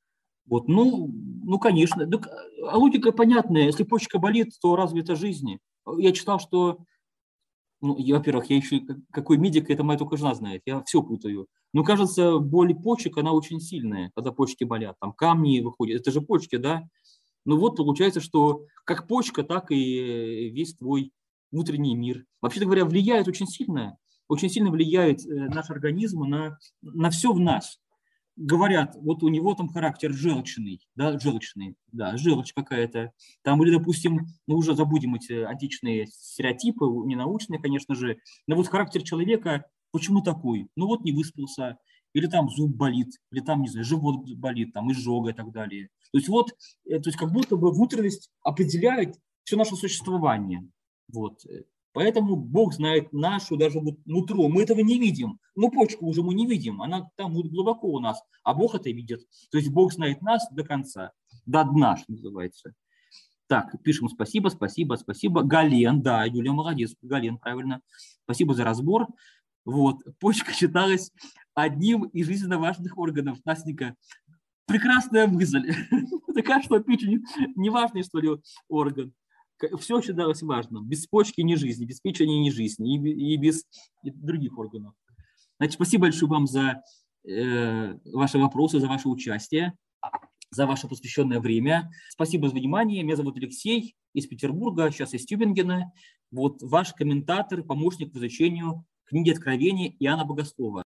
[SPEAKER 2] Вот, ну, ну, конечно. Так, а логика понятная. Если почка болит, то разве это жизнь? Я читал, что, ну, я, во-первых, я еще какой медик, это моя только жена знает, я все путаю. Но кажется, боль почек, она очень сильная, когда почки болят. Там камни выходят, это же почки, да? Ну вот получается, что как почка, так и весь твой внутренний мир. Вообще-то говоря, влияет очень сильно, очень сильно влияет наш организм на, на все в нас. Говорят, вот у него там характер желчный, да, желчный, да, желчь какая-то. Там, или, допустим, ну уже забудем эти античные стереотипы, ненаучные, конечно же, но вот характер человека, почему такой? Ну вот не выспался, или там зуб болит, или там, не знаю, живот болит, там изжога и так далее. То есть вот, то есть как будто бы внутренность определяет все наше существование. Вот. Поэтому Бог знает нашу даже вот нутро. Мы этого не видим. Ну, почку уже мы не видим. Она там будет глубоко у нас. А Бог это видит. То есть Бог знает нас до конца. До дна, что называется. Так, пишем спасибо, спасибо, спасибо. Гален, да, Юлия молодец. Гален, правильно. Спасибо за разбор. Вот. Почка считалась одним из жизненно важных органов. Настенька, прекрасная мысль. Такая, что печень не важный, что ли, орган. Все считалось важным. Без почки не жизнь, без печени не жизнь, и без других органов. Значит, спасибо большое вам за э, ваши вопросы, за ваше участие, за ваше посвященное время. Спасибо за внимание. Меня зовут Алексей из Петербурга, сейчас из Тюбингена. Вот ваш комментатор, помощник в изучению книги Откровения Иоанна Богослова.